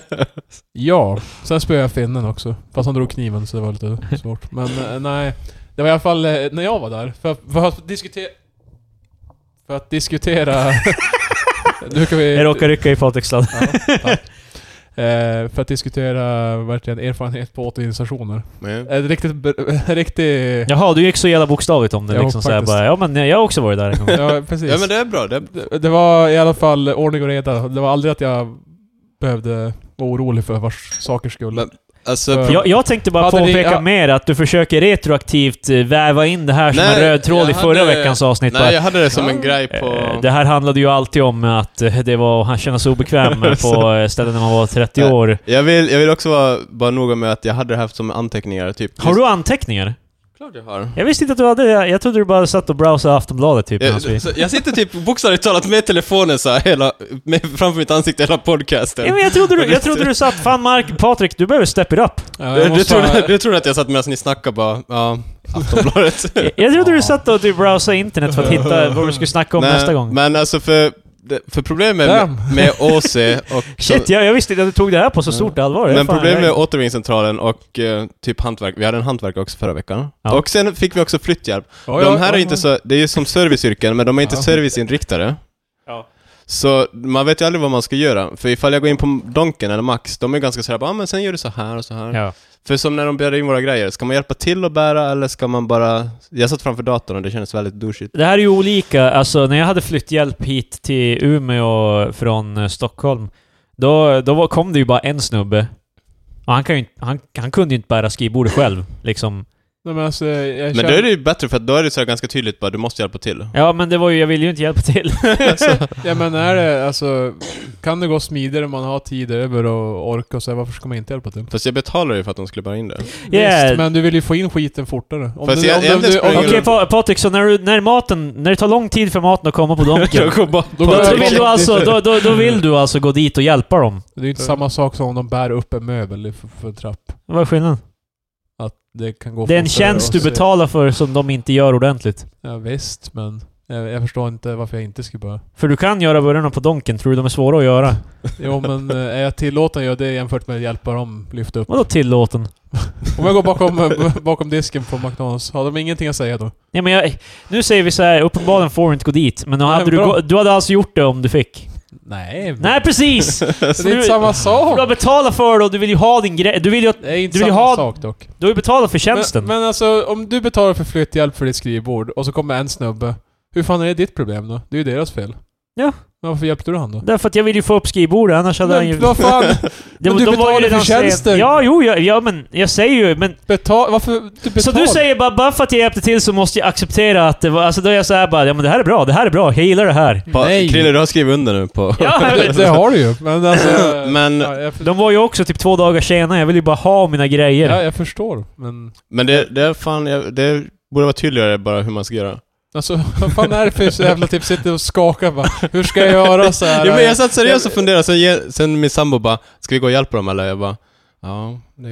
Ja, sen spöade jag finnen också. Fast han drog kniven så det var lite svårt. Men eh, nej, det var i alla fall eh, när jag var där. För, för att diskutera... För att diskutera... nu kan vi... Jag råkar rycka i Patriks sladd. Ja, tack. Eh, för att diskutera verkligen erfarenhet på återvinningsstationer. Men, En riktigt... riktigt... Jaha, du gick så jävla bokstavligt om det Ja, liksom såhär faktiskt. bara, ja men jag har också varit där en gång. Ja, precis. ja men det är bra. Det är... det, det var i alla fall ordning och reda. Det var aldrig att jag behövde vara orolig för vars saker skulle. Men, alltså, För- Jag, jag tänkte bara Hade ni- påpeka ja. mer att du försöker retroaktivt eh, väva in det här som Nej, en röd tråd i jag förra hade- veckans avsnitt. nej, bara, jag hade det som en Ja. grej på... eh, det här handlade ju alltid om att eh, det var han kände sig obekväm på eh, ställen när man var trettio Nej. år. Jag vill, jag vill också vara bara noga med att jag hade det haft som anteckningar. Typ, Har du anteckningar? Klart jag har. Jag visste inte att du hade det. Jag, jag trodde du bara satt och browsade Aftonbladet typ. Jag, Jag, så, jag sitter typ bokstavligt talat med telefonen så här, hela, med, framför mitt ansikte hela podcasten. ja, men jag, trodde du, jag trodde du satt, fan Mark, Patrik, du behöver step it up. Ja, Du, jag du, måste trodde, bara- du trodde att jag satt medan ni snackade bara, ja, Aftonbladet. Jag, jag trodde du satt och typ browsade internet för att hitta vad du skulle snacka om Nej, nästa gång. Men alltså för det, för problemet Damn. med, med O C och... Shit, jag, jag visste inte att du tog det här på så stort allvar. Men Jag fan, problemet med jag... återvinningscentralen och uh, typ hantverk, vi hade en hantverk också förra veckan. Ja. Och sen fick vi också flytthjälp. Ja, de ja, här ja, är inte ja. så, det är ju som serviceyrken, men de är inte Ja. serviceinriktade. Ja. Så man vet ju aldrig vad man ska göra. För ifall jag går in på Donken eller Max, de är ganska såhär, ja ah, men sen gör du så här och så här. Ja. För som när de bär in våra grejer, ska man hjälpa till att bära eller ska man bara... Jag satt framför datorn och det kändes väldigt douchigt. Det här är ju olika. Alltså, när jag hade flytthjälp hit till Umeå från eh, Stockholm, då, då var, kom det ju bara en snubbe. Och han, kan ju, inte- han, han kunde ju inte bära skrivbordet själv, liksom. Nej, men alltså, jag Men känner... då är det ju bättre för att då är det så här ganska tydligt bara, du måste hjälpa till. Ja, men det var ju, jag ville ju inte hjälpa till. Ja, men är det, alltså... Kan det gå smidigare om man har tid över och orka och så här, varför ska man inte hjälpa till? Fast jag betalar ju för att de skulle bära in det. Yeah. Visst, men du vill ju få in skiten fortare. Om Fast du, jag- om jag- du, det om spelar du, Okej, Pa- Patrik, så när, du, när maten... När det tar lång tid för maten att komma på Donken, Jag går bara- Då då, går då, jag- vill du alltså, då, då, då vill du alltså gå dit och hjälpa dem. Det är ju inte samma sak som om de bär upp en möbel för, för en trapp. Vad är skillnaden? Att det kan gå Det är en fortare tjänst och du se- betalar för som de inte gör ordentligt. Ja visst, men jag, jag förstår inte varför jag inte skulle bara... För du kan göra börjarna på Donken, tror du de är svåra att göra? Jo men eh, är jag tillåten att göra det jämfört med att hjälpa dem lyfta upp? Vadå tillåten? Om jag går bakom, eh, bakom disken på McDonalds, har de ingenting att säga då? Ja, men jag, nu säger vi så här, uppenbarligen får du inte gå dit. Men då Nej, hade du, bra. gå, du hade alltså gjort det om du fick? Nej, men Nej, precis! det är du- inte samma Du sak! har betalat för det och du vill ju ha din grej. Du vill ju, Det är inte du vill ju samma ha- sak dock. du har ju betalat för tjänsten. Men, men alltså, om du betalar för flytthjälp för ditt skrivbord och så kommer en snubbe, hur fan är det ditt problem då? Det är ju deras fel. Ja. Men varför hjälpte du han då? Därför att jag vill ju få upp skrivbordet, annars hade han ju... Men vad fan? Det- men du de var ju betalar redan för tjänsten. sen- Ja, jo, ja, ja, men jag säger ju, men... Betal, varför du betalar? Så du säger bara, bara för att jag hjälpte till så måste jag acceptera att det var... Alltså då är jag såhär bara, ja men det här är bra, det här är bra, jag gillar det här. Pa- Nej. Krille, du har skrivit under nu på... Ja, jag det, vet. det har du ju, men alltså... Men- ja, jag, De var ju också typ två dagar senare, jag vill ju bara ha mina grejer. ja, jag förstår, men... Men det, det är fan... jag- Det borde vara tydligare bara hur man ska göra. Alltså, vad fan är det för så jävla typ sitter och skakar bara, hur ska jag göra så här? Ja, men jag satt seriöst och funderade, sen, ge- sen min sambo bara, ska vi gå och hjälpa dem eller? Jag bara, ja, det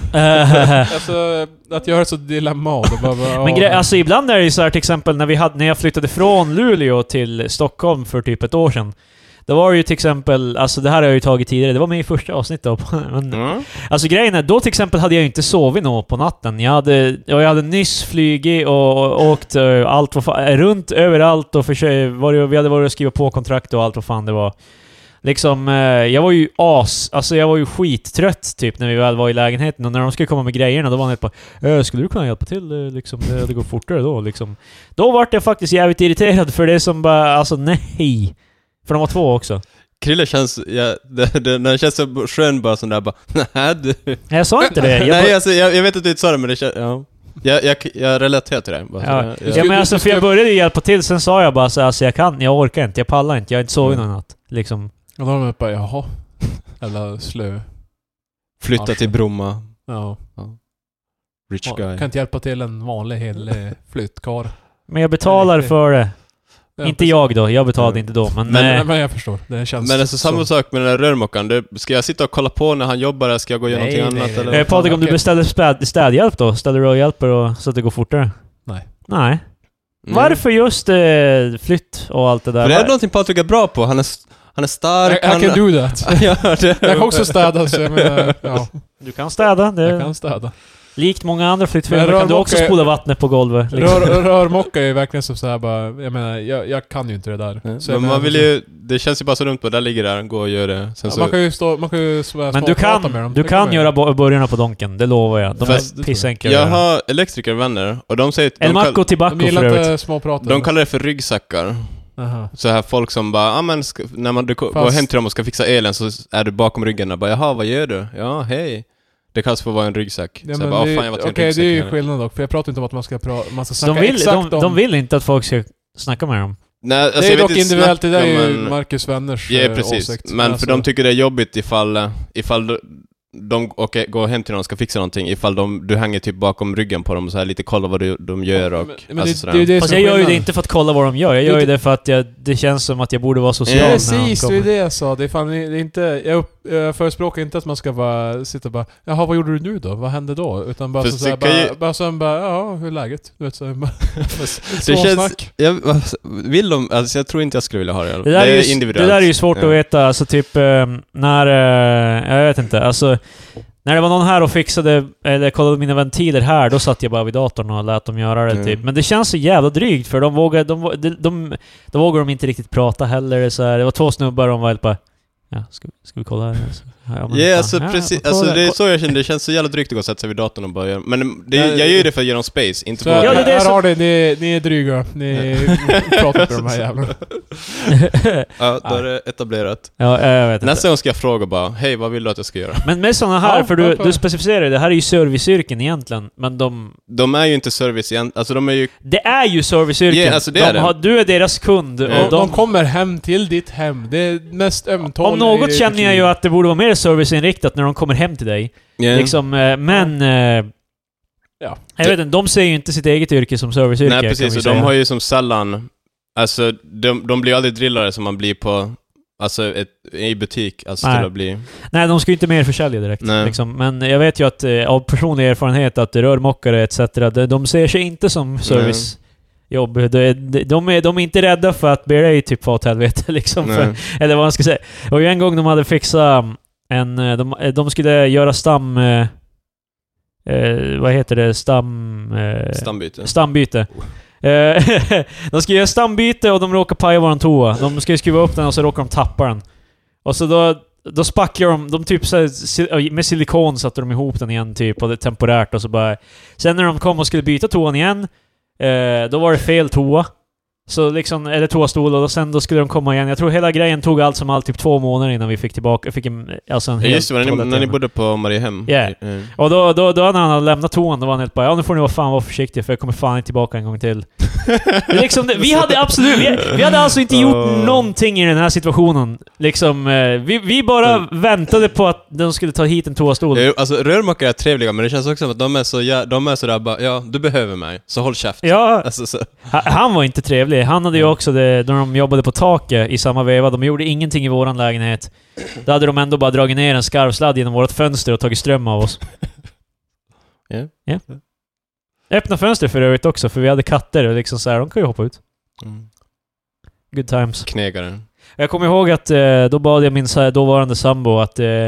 är Alltså, att göra så dilemma och bara, bara, Men ja, grej, alltså ibland är det ju så här, till exempel när, vi hade, när jag flyttade från Luleå till Stockholm för typ ett år sedan. Det var ju till exempel, alltså det här har jag ju tagit tidigare, det var med i första avsnittet då. Men, Mm. alltså grejen är, då till exempel hade jag ju inte sovit något på natten. Jag hade, och jag hade nyss flygit och, och åkt uh, allt vad fan, runt överallt och försökt, var det, vi hade varit och skriva på kontrakt och allt vad fan det var. Liksom, eh, jag var ju as, alltså jag var ju skittrött typ när vi väl var i lägenheten och när de skulle komma med grejerna då var han helt bara äh, skulle du kunna hjälpa till eh, liksom, det, det går fortare då liksom. Då vart jag faktiskt jävligt irriterad för det som bara, alltså nej. För de var två också. Krille känns, ja, det, det, den känns så skön bara sån där bara, nej du. Jag sa inte det. Jag Nej, bara, alltså, jag, jag vet att du inte sa det, men det känns, ja. Jag, jag, jag relaterar till det. Bara, ja, så ja, jag, men alltså för jag började ju hjälpa till, sen sa jag bara så alltså jag kan, jag orkar inte, jag pallar inte, jag har inte sovit någon natt. Liksom. Och då har de bara, jaha. Eller slö. flytta till Bromma. Ja. Rich Ja, guy. kan inte hjälpa till en vanlig hel flyttkar. Men jag betalar Nej, för det. Ja, Inte precis. jag då, jag betalade Ja. inte då, men... Men- nej. Men, men jag förstår. Det känns Men alltså samma så. sak med den där rörmokaren. Det, ska jag sitta och kolla på när han jobbar eller ska jag gå och göra Nej, någonting nej, annat? nej. Eller? Eh, Patrik, om du Okej. beställer städ, städhjälp då? Ställer du och hjälper och, så att det går fortare? Nej. Nej. Mm. Varför just eh, flytt och allt det där? För det är Var- någonting Patrik är bra på. Han är, s- han är stark. I, I can do that. ja, det, Jag kan också städa, så jag menar, ja. Du kan städa. Det, Jag kan städa. Likt många andra flyttfirmor Men kan du också rörmokare- spola vattnet på golvet. Liksom. Rör, rörmocka är ju verkligen som såhär bara, jag menar, jag, jag kan ju inte det där. Ja, Så jag men menar, man vill ju, det känns ju bara så dumt på där ligger där, gå och gör det. Sen Ja, så, man kan ju stå, man kan ju små, Men du småprata kan, med dem. du Det kan man göra bo- börjarna på Donken, det lovar jag. De Fast- det är tror pissenkla att jag göra. har elektrikervänner och de säger El de, Macco kall, till De Bacco för gillar övrigt. inte småprata. de kallar det för ryggsäckar. Aha. Så här folk som bara, ah, men ska, när man du ko- Fast- går hem till dem och ska fixa elen så är du bakom ryggen och bara, jaha, vad gör du? Ja, hej. Det kallas för att vara en ryggsäck. Ja, så men jag bara, det, oh, fan, jag var till en okej, ryggsäck. det är ju här." skillnad dock, för jag pratar inte om att man ska, pra- man ska De snacka vill, exakt de, om... de vill inte att folk ska snacka med dem. Nej, alltså, det är jag dock vet inte individuellt, det där är ju snacka, men- Marcus vänners Ja, eh, precis. åsikt. Men alltså, för de tycker det är jobbigt ifall, ifall de, de okay, går hem till någon och ska fixa någonting, ifall de, du hänger typ bakom ryggen på dem och så här lite kolla vad du, de gör och men, men alltså det, sådär. det är ju det Fast som jag gör ju det skillnad. inte för att kolla vad de gör, jag gör ju det för att jag, det känns som att jag borde vara social Ja, när de Precis, det är kommer. det jag sa. Det är fan det är inte... Jag, upp, jag förespråkar inte att man ska bara sitta och bara, jaha, vad gjorde du nu då? Vad hände då? Utan bara så, så här, bara, ju... bara så bara, ja, hur är läget? Du vet, så, bara, det känns, jag, vill de, alltså jag tror inte jag skulle vilja ha det. Det där, det är, är ju, individuellt. Det där är ju svårt ja. att veta, alltså typ, när, jag vet inte, alltså när det var någon här och fixade, eller kollade mina ventiler här, då satt jag bara vid datorn och lät dem göra det mm. typ. Men det känns så jävla drygt, för de vågar, de, de, de, de vågar de inte riktigt prata heller. Så här. Det var två snubbar, de var helt bara, ja, ska, ska vi kolla här? Ja, men, yeah, alltså, ja, precis, alltså det är så jag känner, det känns så jävla drygt att gå och sätta sig vid datorn och bara göra. Men det, jag gör ju det för att ge dem space, inte för... Ja, det, det är här så... har det, ni, ni är dryga, ni pratar med de här jävlarna. Ja, då är det etablerat. Ja, jag vet Nästa gång ska jag fråga bara, hej, vad vill du att jag ska göra? Men med sådana här, ja, för du, du specificerar ju, det här är ju serviceyrken egentligen, men de... De är ju inte service igen, alltså de är ju... Det är ju serviceyrken. Yeah, alltså det de är det. Har, du är deras kund. Ja. Och de... de kommer hem till ditt hem, det är mest ömtåliga. Om något känner jag ju att det borde vara mer serviceinriktat när de kommer hem till dig. Yeah. Liksom, men... Ja. Ja. Jag vet inte, de ser ju inte sitt eget yrke som serviceyrke. Nej, precis. Och de har ju som sällan... Alltså, de, de blir aldrig drillare som man blir på... Alltså, ett, i butik. Alltså, Nej. till att bli... Nej, de ska ju inte mer försälja direkt. Liksom. Men jag vet ju att av personlig erfarenhet att rörmokare et cetera. De ser sig inte som service. Nej. Jobb. De, de, de, är, de är inte rädda för att be dig typ få åt helvete. Liksom, för, eller vad man ska säga. Och en gång de hade fixat en... De, de skulle göra stam... Eh, vad heter det? Stam... Eh, stambyte. Stambyte. Eh, de ska göra stambyte och de råkar paja våran toa. De ska skruva upp den och så råkar de tappa den. Och så då... Då spacklar de, de typ så här, med silikon satte de ihop den igen typ, och det temporärt och så bara... Sen när de kom och skulle byta toan igen, eh, då var det fel toa. Så liksom, eller toastol, och sen då skulle de komma igen. Jag tror hela grejen tog allt som allt typ två månader innan vi fick tillbaka, fick en, alltså en ja, just det, när ni, när ni bodde på Mariehem. Ja. Yeah. Mm. Och då, då, då när han hade lämnat toan, då var han helt bara, ja nu får ni vara fan vara försiktiga för jag kommer fan inte tillbaka en gång till. liksom, det, vi hade absolut, vi, vi hade alltså inte gjort oh. någonting i den här situationen. Liksom, vi, vi bara mm. väntade på att de skulle ta hit en toastol. Ja, alltså rörmakare är trevliga, men det känns också som att de är så, ja, de är så där bara, ja, du behöver mig, så håll käft. Ja, alltså, så. Han var inte trevlig. Han hade ju också det, när de jobbade på taket i samma veva. De gjorde ingenting i våran lägenhet. Då hade de ändå bara dragit ner en skarvsladd genom vårt fönster och tagit ström av oss. Ja. Yeah. Yeah. Öppna fönster för övrigt också, för vi hade katter och liksom så här, de kan ju hoppa ut. Mm. Good times. Knegaren. Jag kommer ihåg att eh, då bad jag min så här, dåvarande sambo att... Eh,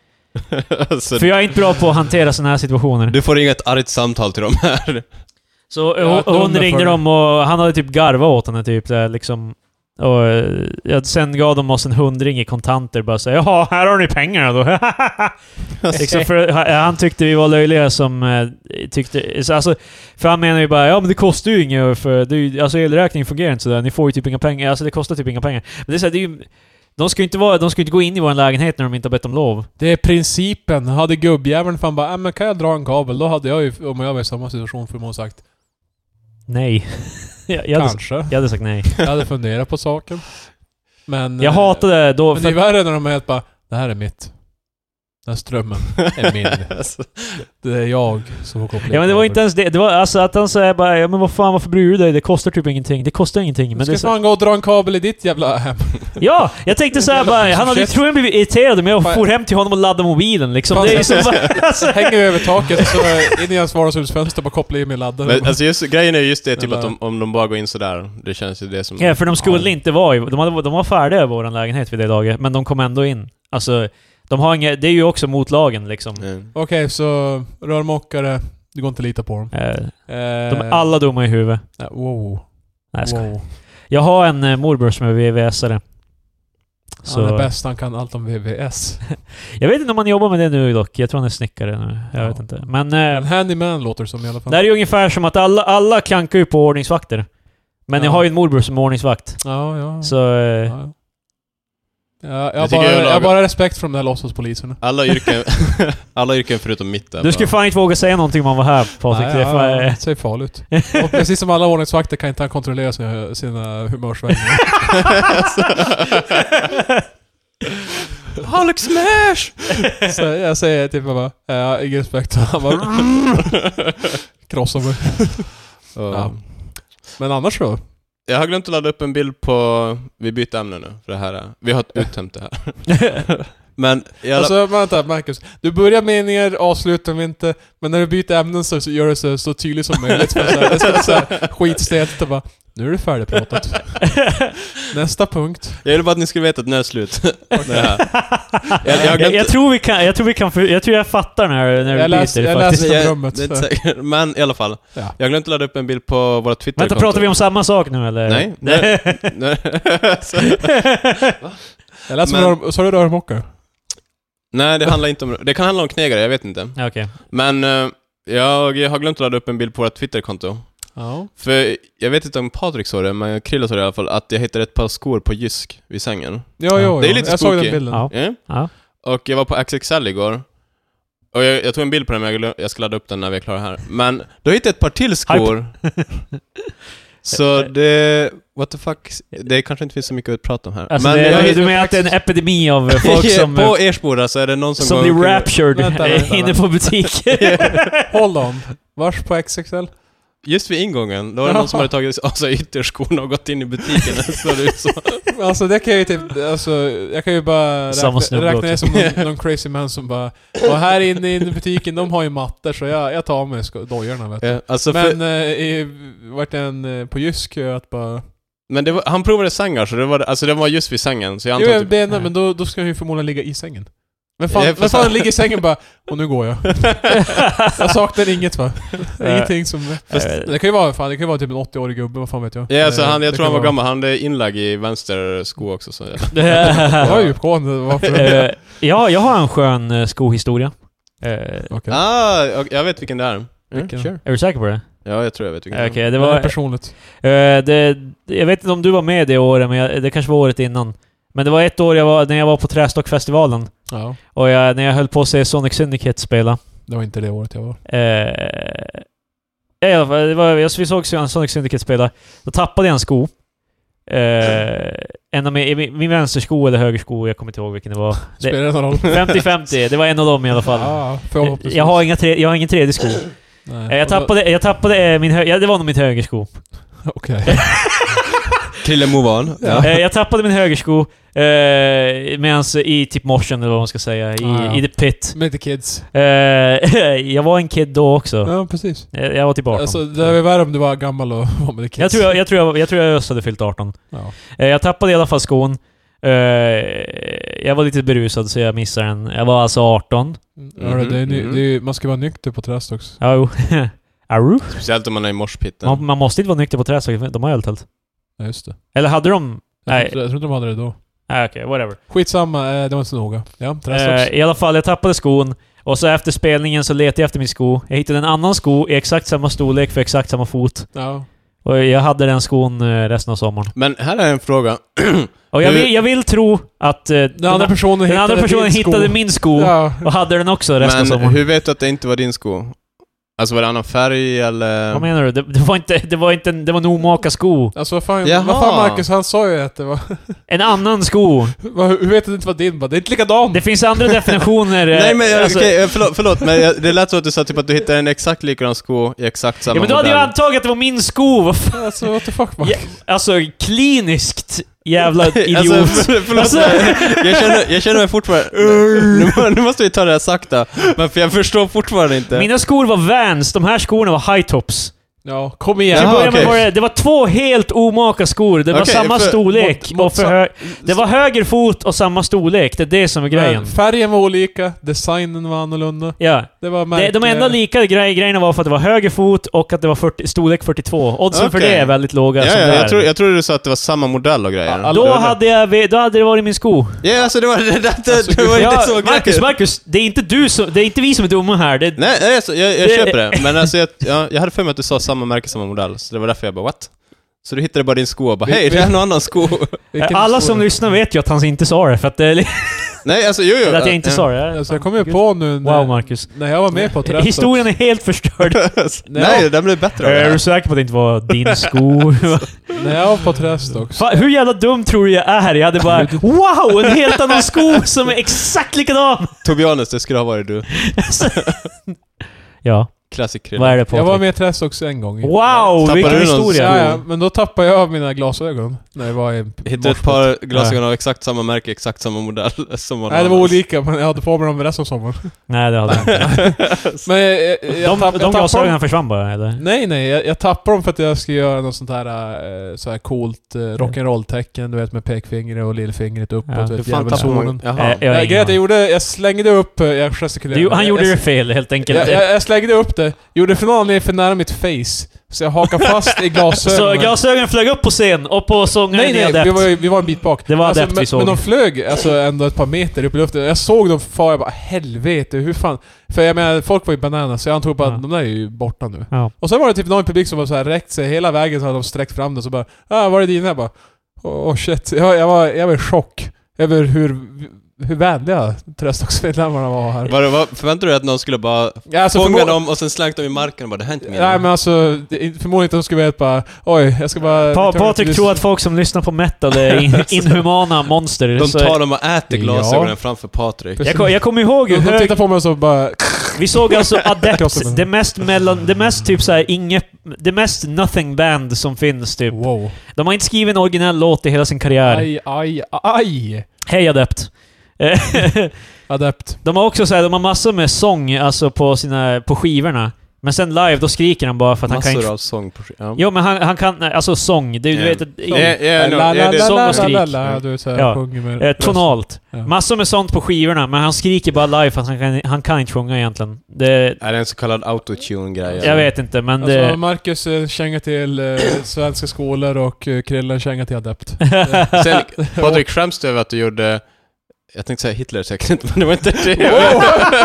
alltså, för jag är inte bra på att hantera såna här situationer. Du får ringa ett argt samtal till dem här. Så ja, hon, hon ringde dem och han hade typ garva åt henne typ där, liksom. Och ja, sen gav de oss en hundring i kontanter, bara så jaha, här har ni pengarna då. liksom för, han tyckte vi var löjliga som eh, tyckte, alltså, för han menar ju bara, ja men det kostar ju inget, för det, alltså elräkningen fungerar inte sådär, ni får ju typ inga pengar, alltså det kostar typ inga pengar. Men det är så här, det är ju, de ska ju inte vara, de ska inte gå in i vår lägenhet när de inte har bett om lov. Det är principen. Hade gubbjäveln fan bara, äh, men kan jag dra en kabel? Då hade jag ju, om jag var i samma situation, för man sagt nej. jag, jag Kanske. Hade, jag hade sagt nej. Jag hade funderat på saken. Men... Jag hatade då... Men det är värre när de är bara, det här är mitt. Den strömmen är min. Det är jag som har kopplat. Ja men det var inte ens det. Det var alltså att han säger bara, ja men vad fan, varför bryr du dig? Det kostar typ ingenting. Det kostar ingenting. Men du ska det är så... fan gå och dra en kabel i ditt jävla hem. Ja, jag tänkte såhär bara, han hade tror jag blivit irriterad men jag for hem till honom och laddade mobilen liksom. Fan, det är så bara, alltså. Hänger över taket så in i hans vardagsrumsfönster bara koppla in min laddare. Men alltså just, grejen är just det typ att de, om de bara går in så där, det känns ju det som... Ja, för de skulle ja. inte vara i, de, hade, de var färdiga i vår lägenhet vid det laget, men de kom ändå in. Alltså... De har inga, det är ju också mot lagen liksom. Mm. Okej, okay, så rörmokare, du går inte att lita på dem. Eh, eh, de är alla dumma i huvudet. Eh, wow. Nej, jag, wow. jag har en eh, morbror som är V V S-are. Han är bäst, han kan allt om V V S. Jag vet inte om han jobbar med det nu dock. Jag tror han är snickare nu. Jag ja. vet inte. Men... Eh, en handyman låter som i alla fall. Det är ju ungefär som att alla, alla klankar ju på ordningsvakter. Men ja. jag har ju en morbror som är ordningsvakt. Ja, ja. Så... Eh, ja. Ja, jag, har bara, jag, jag har bara respekt för de där låtsaspoliserna. Alla yrken, alla yrken förutom mitt där. Du skulle fan inte våga säga någonting om man var här, Patrik. Nej, det är ja, ja, ser farligt. Och precis som alla ordningsvakter kan inte han kontrollera sina, sina humörsvängningar. Hulk smash! Så jag säger typ bara, ja, ingen respekt. Han bara... krossar mig. Oh. Ja. Men annars då? Jag har glömt att ladda upp en bild på... Vi byter ämne nu för det här. Vi har uttömt det här. Men i alla... Alltså, vänta, Marcus. Du börjar meningar, avslutar vi inte. Men när du byter ämnen så, så gör det så, så tydligt som möjligt. För så här, det ska vara så här skitstelt och bara, nu är det färdigpratat. Nästa punkt. Jag vill bara att ni skulle veta att det är slut. Det här. Jag, jag, har jag, glömt... jag tror vi kan, jag tror vi kan, för, jag tror jag fattar när, när Jag vi läs- byter jag faktiskt. läser- Jag- rummet, det är inte så. säkert. Men i alla fall. Ja. Jag har glömt att ladda upp en bild på våra Twitter. Vänta, pratar vi om samma sak nu eller? Nej. Nej. Nej. Så- Jag läser Men- rör, så är det rörmokare. Nej, det handlar inte om... Det kan handla om knegare, jag vet inte. Ja, okej. Men eh, jag har glömt att ladda upp en bild på vårt Twitterkonto. Ja. För jag vet inte om Patrik sa det, men Krilla sa det i alla fall, att jag hittade ett par skor på Jysk vid sängen. Ja, ja, Det är ja. lite jag såg spooky. den bilden. Ja. Ja. Ja. Och jag var på X X L igår. Och jag, jag tog en bild på den, men jag, glöm, jag ska ladda upp den när vi är klara här. Men då hittade jag ett par till skor. Så det... What the fuck? Det kanske inte finns så mycket att prata om här. Alltså men det, jag, du menar att det är en epidemi av folk som, på Ersboda så är det någon som, som går blir omkring- raptured Vänta, vänta, inne vänta. på butiker? Hold on. Vars på X X L? Just vid ingången, då var det någon som hade tagit av sig ytterskorna och gått in i butiken. Så det ut så. Alltså det kan jag ju typ, alltså jag kan ju bara Samma räkna, snubbe räkna det också. som någon, någon crazy man som bara, och här inne i butiken, de har ju mattor så jag, jag tar av mig sko- dojorna vet du. Ja, alltså Men för, eh, i, vart en eh, på Jysk att bara... men det var, han provade sängar, så det var, alltså det var just vid sängen. Så jag Jo, antar jag typ, menar, men då, då ska han ju förmodligen ligga i sängen. Men fan, Jag får men fan säga- ligger i sängen bara, och nu går jag. Jag saknar inget va? Ingenting som... Fast- Det kan ju vara, fan, det kan ju vara typ en åttio-årig gubbe, vad fan vet jag. Ja, alltså Eh, han, jag det tror kan han var vara- gammal. Han hade inlägg i vänster sko också. Så, ja. Det var ju uppgående, varför? Eh, ja, jag har en skön eh, skohistoria. Eh, Okej. Ah, och jag vet vilken det är. Vilken? Sure. Är du säker på det? Ja, jag tror jag vet vilken Okej, det är. det Det var var... personligt. Eh, det, jag vet inte om du var med det året, men jag, det kanske var året innan. Men det var ett år jag var, när jag var på Trästockfestivalen. Ja, Och jag, när jag höll på att se Sonic Syndicate spela. det var inte det året jag var. Eh, i alla fall, det var, jag, vi såg Sonic Syndicate spela. Då tappade jag en sko. Eh, en av min, min, min vänstersko eller högersko, jag kommer inte ihåg vilken det var. Spelar Det, det någon roll? femtio femtio, det var en av dem i alla fall. Ja, förhoppningsvis. Jag har, inga tre, jag har ingen tredje sko. Nej. Eh, Jag tappade, jag tappade eh, min hö, ja, det var nog min högersko. Okej. Krille move on. Ja. Eh, jag tappade min högersko eh, medans i typ morsen eller vad man ska säga, i, Ah, ja. i the pit. Med the kids. Eh, jag var en kid då också. Ja, precis. Eh, Jag var typ arton. Alltså, det är väl värre om du var gammal och var med the kids. jag, tror jag, jag, tror jag, jag tror jag just hade fyllt arton. Ja. Eh, jag tappade i alla fall skon. Eh, jag var lite berusad så jag missade den. Jag var alltså arton. Ja, det är, ny- Mhm. det är, man ska vara nykter på Trästocks. Ja, jo. Aru? Speciellt om man är i morspitten. Man, man måste inte vara nykter på Trästock, de har öltält. Ja, just det. Eller hade de... Jag, Nej. tror, jag tror inte de hade det då. Nej, okej, whatever. Skitsamma, eh, det var inte så noga. Ja, Trästocks. Eh, I alla fall, jag tappade skon. Och så efter spelningen så letade jag efter min sko. Jag hittade en annan sko i exakt samma storlek för exakt samma fot. Ja. Och jag hade den skon eh, resten av sommaren. Men här är en fråga. Och jag Du- vill, jag vill tro att eh, den, Den andra personen den hittade andra personen din sko. hittade min sko Ja. och hade den också resten av Men sommaren. hur vet du att det inte var din sko? Alltså var det annan färg eller... Vad menar du? Det, det var inte... Det var inte en, det var en omaka sko. Alltså vad fan, Jaha. vad fan Marcus, han sa ju att det var... En annan sko. Vad- hur vet du att det inte var din? Bara, det är inte likadan! Det finns andra definitioner. eh, Nej men jag, alltså- okej, förlåt, förlåt men jag, det lät så att du sa typ att du hittade en exakt likadan sko i exakt samma Ja, men då hade jag modell. antagit att det var min sko. Vad fan? Alltså what the fuck Marcus? Ja, alltså, kliniskt jävla idiot. Alltså, för, förlåt, Alltså- jag, känner, jag känner mig fortfarande... Nu, må- nu måste vi ta det här sakta, men för jag förstår fortfarande inte. Mina skor var Vans, de här skorna var high tops. Ja, kom Till igen! Jaha, att börja med okej. var det, det var två helt omaka skor. Det var Okej, samma för- storlek. mot- och för mot- hö- det var höger fot och samma storlek. Det är det som är grejen. Men färgen var olika, designen var annorlunda. Ja. Det var Det, märke... de enda lika grej, grejerna var för att det var höger fot och att det var fyrtio, storlek fyrtiotvå. Oddsen för Okej. det är väldigt låga. Ja, som ja, det är. jag, tror, jag trodde du sa att det var samma modell och grejer. Ja, Då alla- hade, jag, då hade det varit min sko. Ja, alltså det var, det, det, det, Alltså, det var inte Ja, så Marcus, grejer. Marcus, det är inte du som, det är inte vi som är dumma här. Det, Nej, nej alltså, jag, jag Det- köper det. Men alltså, jag, jag, jag hade för mig att du sa samma märke, samma modell. Så det var därför jag bara, what? Så du hittade bara din sko och bara, Vi- hej, vi- det är någon annan sko. Vilken alla historia. som lyssnar vet ju att han inte sa det, för att, det, Nej, alltså, jo, jo. att jag inte sa det. Alltså jag kom ju på nu när, Wow, Marcus. när jag var med på Trästocks. Historien är helt förstörd. Nej, det där blev bättre av det Är här. du säker på att det inte var din sko? När jag var på Trästocks. Fan, hur jävla dum tror du jag är? Jag hade bara wow, en helt annan sko som är exakt likadan! To be honest, det skulle ha varit du. Ja. Classic Krille. Vad är det på? Jag var med i Träsk också en gång. Wow, Tappade vilken du någon historia! Ja, ja, men då tappade jag av mina glasögon när jag var i Hittade ett par glasögon av exakt samma märke, exakt samma modell som man Nej, det var annars. olika, men jag hade på mig dem resten av sommaren. Nej, det hade jag inte. Men jag, jag, jag, De, tapp, jag de tappade glasögonen dem. försvann bara, eller? Nej, nej. Jag, jag tappade dem för att jag skulle göra något sånt här äh, så här coolt äh, rock'n'roll-tecken, du vet, med pekfingret och lillfingret uppåt. Ja. Ja. Hur Vet, fan tappar man? jävelsonen. Jaha. Eh, jag har Jag, ingen jag, jag, aning. gjorde, jag slängde upp... Jag gestikulerade. Du, han gjorde jag, det fel, helt enkelt. jag, jag, jag slängde upp det, gjorde för någon anledning för nära mitt face. Så jag hakade fast i glasögonen. Så glasögonen flög upp på scen, och på sångaren Nej, i nej, Adept. vi var, vi var en bit bak. Det var alltså, Adept men, vi såg. men de flög alltså ändå ett par meter upp i luften. Jag såg dem fara, jag bara helvete, hur fan... För jag menar, folk var ju banana, så jag antog bara Ja. att de där är ju borta nu. Ja. Och sen var det typ någon i publik som var så här räckt sig hela vägen, så hade de sträckt fram den, så bara ah, var är dina? Jag bara åh oh, shit, jag, jag, var, jag var i chock över hur, hur vänliga Trästocksmedlemmarna var här. Var det, var, förväntade du att någon skulle bara Ja, alltså, fånga förmo- dem och sen slängt dem i marken och bara det har inte mer? Nej men alltså, det- förmodligen inte de skulle veta bara oj, jag ska bara... Pa Patrik tror att folk som lyssnar på metal är in inhumana monster. De så tar dem och äter Ja. glasögonen framför Patrik. jag, kom, jag kommer ihåg hur De, de hög... tittar på mig och så bara... Vi såg alltså Adept, Kroppen. det mest mellan... Det mest typ såhär inget... Det mest nothing band som finns typ. Wow. De har inte skrivit en originell låt i hela sin karriär. Aj, aj, aj! Hej Adept. Adept. De har också såhär, de har massor med sång alltså på sina... På skivorna. Men sen live, då skriker han bara för att han kan Massor inte... av sång på ja. Jo men han, han kan... Alltså sång. Det, du Ja. vet... att- Ja, ja, no, La, ja, la, det- la, sång och la, skrik. la, la, du så här Ja. sjunger med Eh, röst. tonalt. Ja. Massor med sånt på skivorna, men han skriker bara live för att han kan, han kan inte sjunga egentligen. Det, Är det en så kallad autotune-grej? jag vet inte, men Alltså det... Marcus eh, känga till eh, svenska skolor och eh, Krillen känga till Adept. Sen, Patrik, skäms du över att du gjorde... Jag tänkte säga Hitler säkert, men det var inte det. Wow.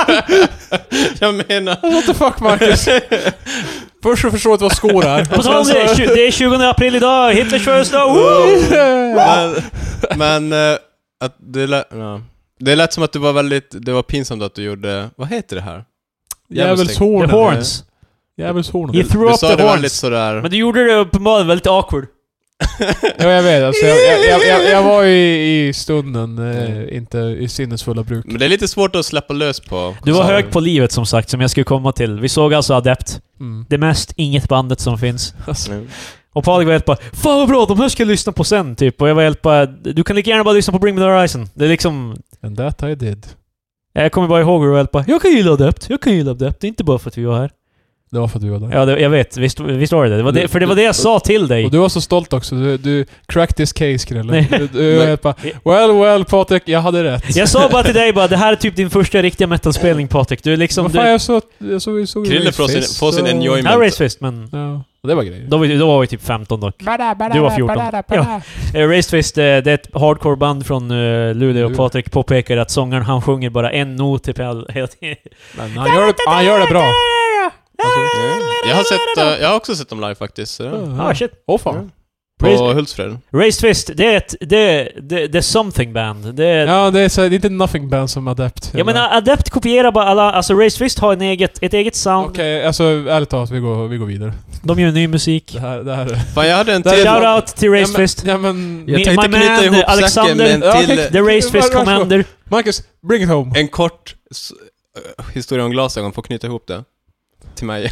Jag menar... What the fuck Marcus? Först så förstår jag att det var skor här. På tal om det, tju- det är tjugonde april idag, Hitlers födelsedag! woo! men, men uh, att det, lät, ja. det lät som att du var väldigt... Det var pinsamt att du gjorde... Vad heter det här? Djävulshornen. The horns. Djävulshornen. You threw Du up sa the det horns. väldigt sådär... Men du gjorde det uppenbarligen väldigt awkward. Ja, jag vet. Alltså, jag, jag, jag, jag, jag var i, i stunden, eh, inte i sinnesfulla bruk. Men det är lite svårt att släppa lös på. Du var Så- hög på livet som sagt, som jag skulle komma till. Vi såg alltså Adept. Mm. Det mest inget bandet som finns. Alltså, Mm. Och Patrik var helt bara fan vad bra, de här ska jag lyssna på sen, typ. Och jag var helt bara du kan lika gärna bara lyssna på Bring Me The Horizon. Det är liksom... and that I did. Jag kommer bara ihåg hur du var helt bara jag kan gilla Adept, jag kan gilla Adept. Det är inte bara för att vi var här. Det var för att du var där. Ja, det, jag vet. Visst, visst var det det? det, var det för det var det jag sa till dig. Och du var så stolt också. Du, du cracked this case, Krille. Nej. Du, du var helt bara, well, well, Patrik, jag hade rätt. Jag sa bara till dig bara, det här är typ din första riktiga metalspelning, Patrik. Du är liksom... Vad Du, fan, jag såg... Jag såg, jag såg Krille Race får sin, Fist får sin och- enjoyment. ja, Race Fist, men... Ja, och det var grejer. Då var, vi- då var vi typ femton dock. Du var fjorton. Ja. Eh, Race Fist, eh, det är ett hardcore-band från uh, Luleå, och Luleå. Patrik påpekar att sångaren, han sjunger bara en not typ hela hela tiden. Men han gör det, han gör det bra. Alltså, ja. Jag har sett, uh, jag har också sett dem live faktiskt. Så. Ah, shit. Åh fan. På Race- Hultsfred. Race Fist, det är ett... Det, det, det är something band. Det är... Ja, det är, så, det är inte Nothing Band som Adept. Jag menar, Adept kopierar bara alla... Alltså Race Fist har en eget, ett eget sound. Okej, alltså ärligt talat, vi går, vi går vidare. De gör ny musik. Det här, det här är... Fan, jag hade en Där- till... Shoutout till Race ja, men, Fist. Ja, men... Jag Mi- tänkte my knyta man, ihop säcken Alexander. med en Ja, till... okej. The Race Fist Varsågod. Commander. Marcus, bring it home. En kort s- uh, historia om glasögon, får knyta ihop det. Till mig.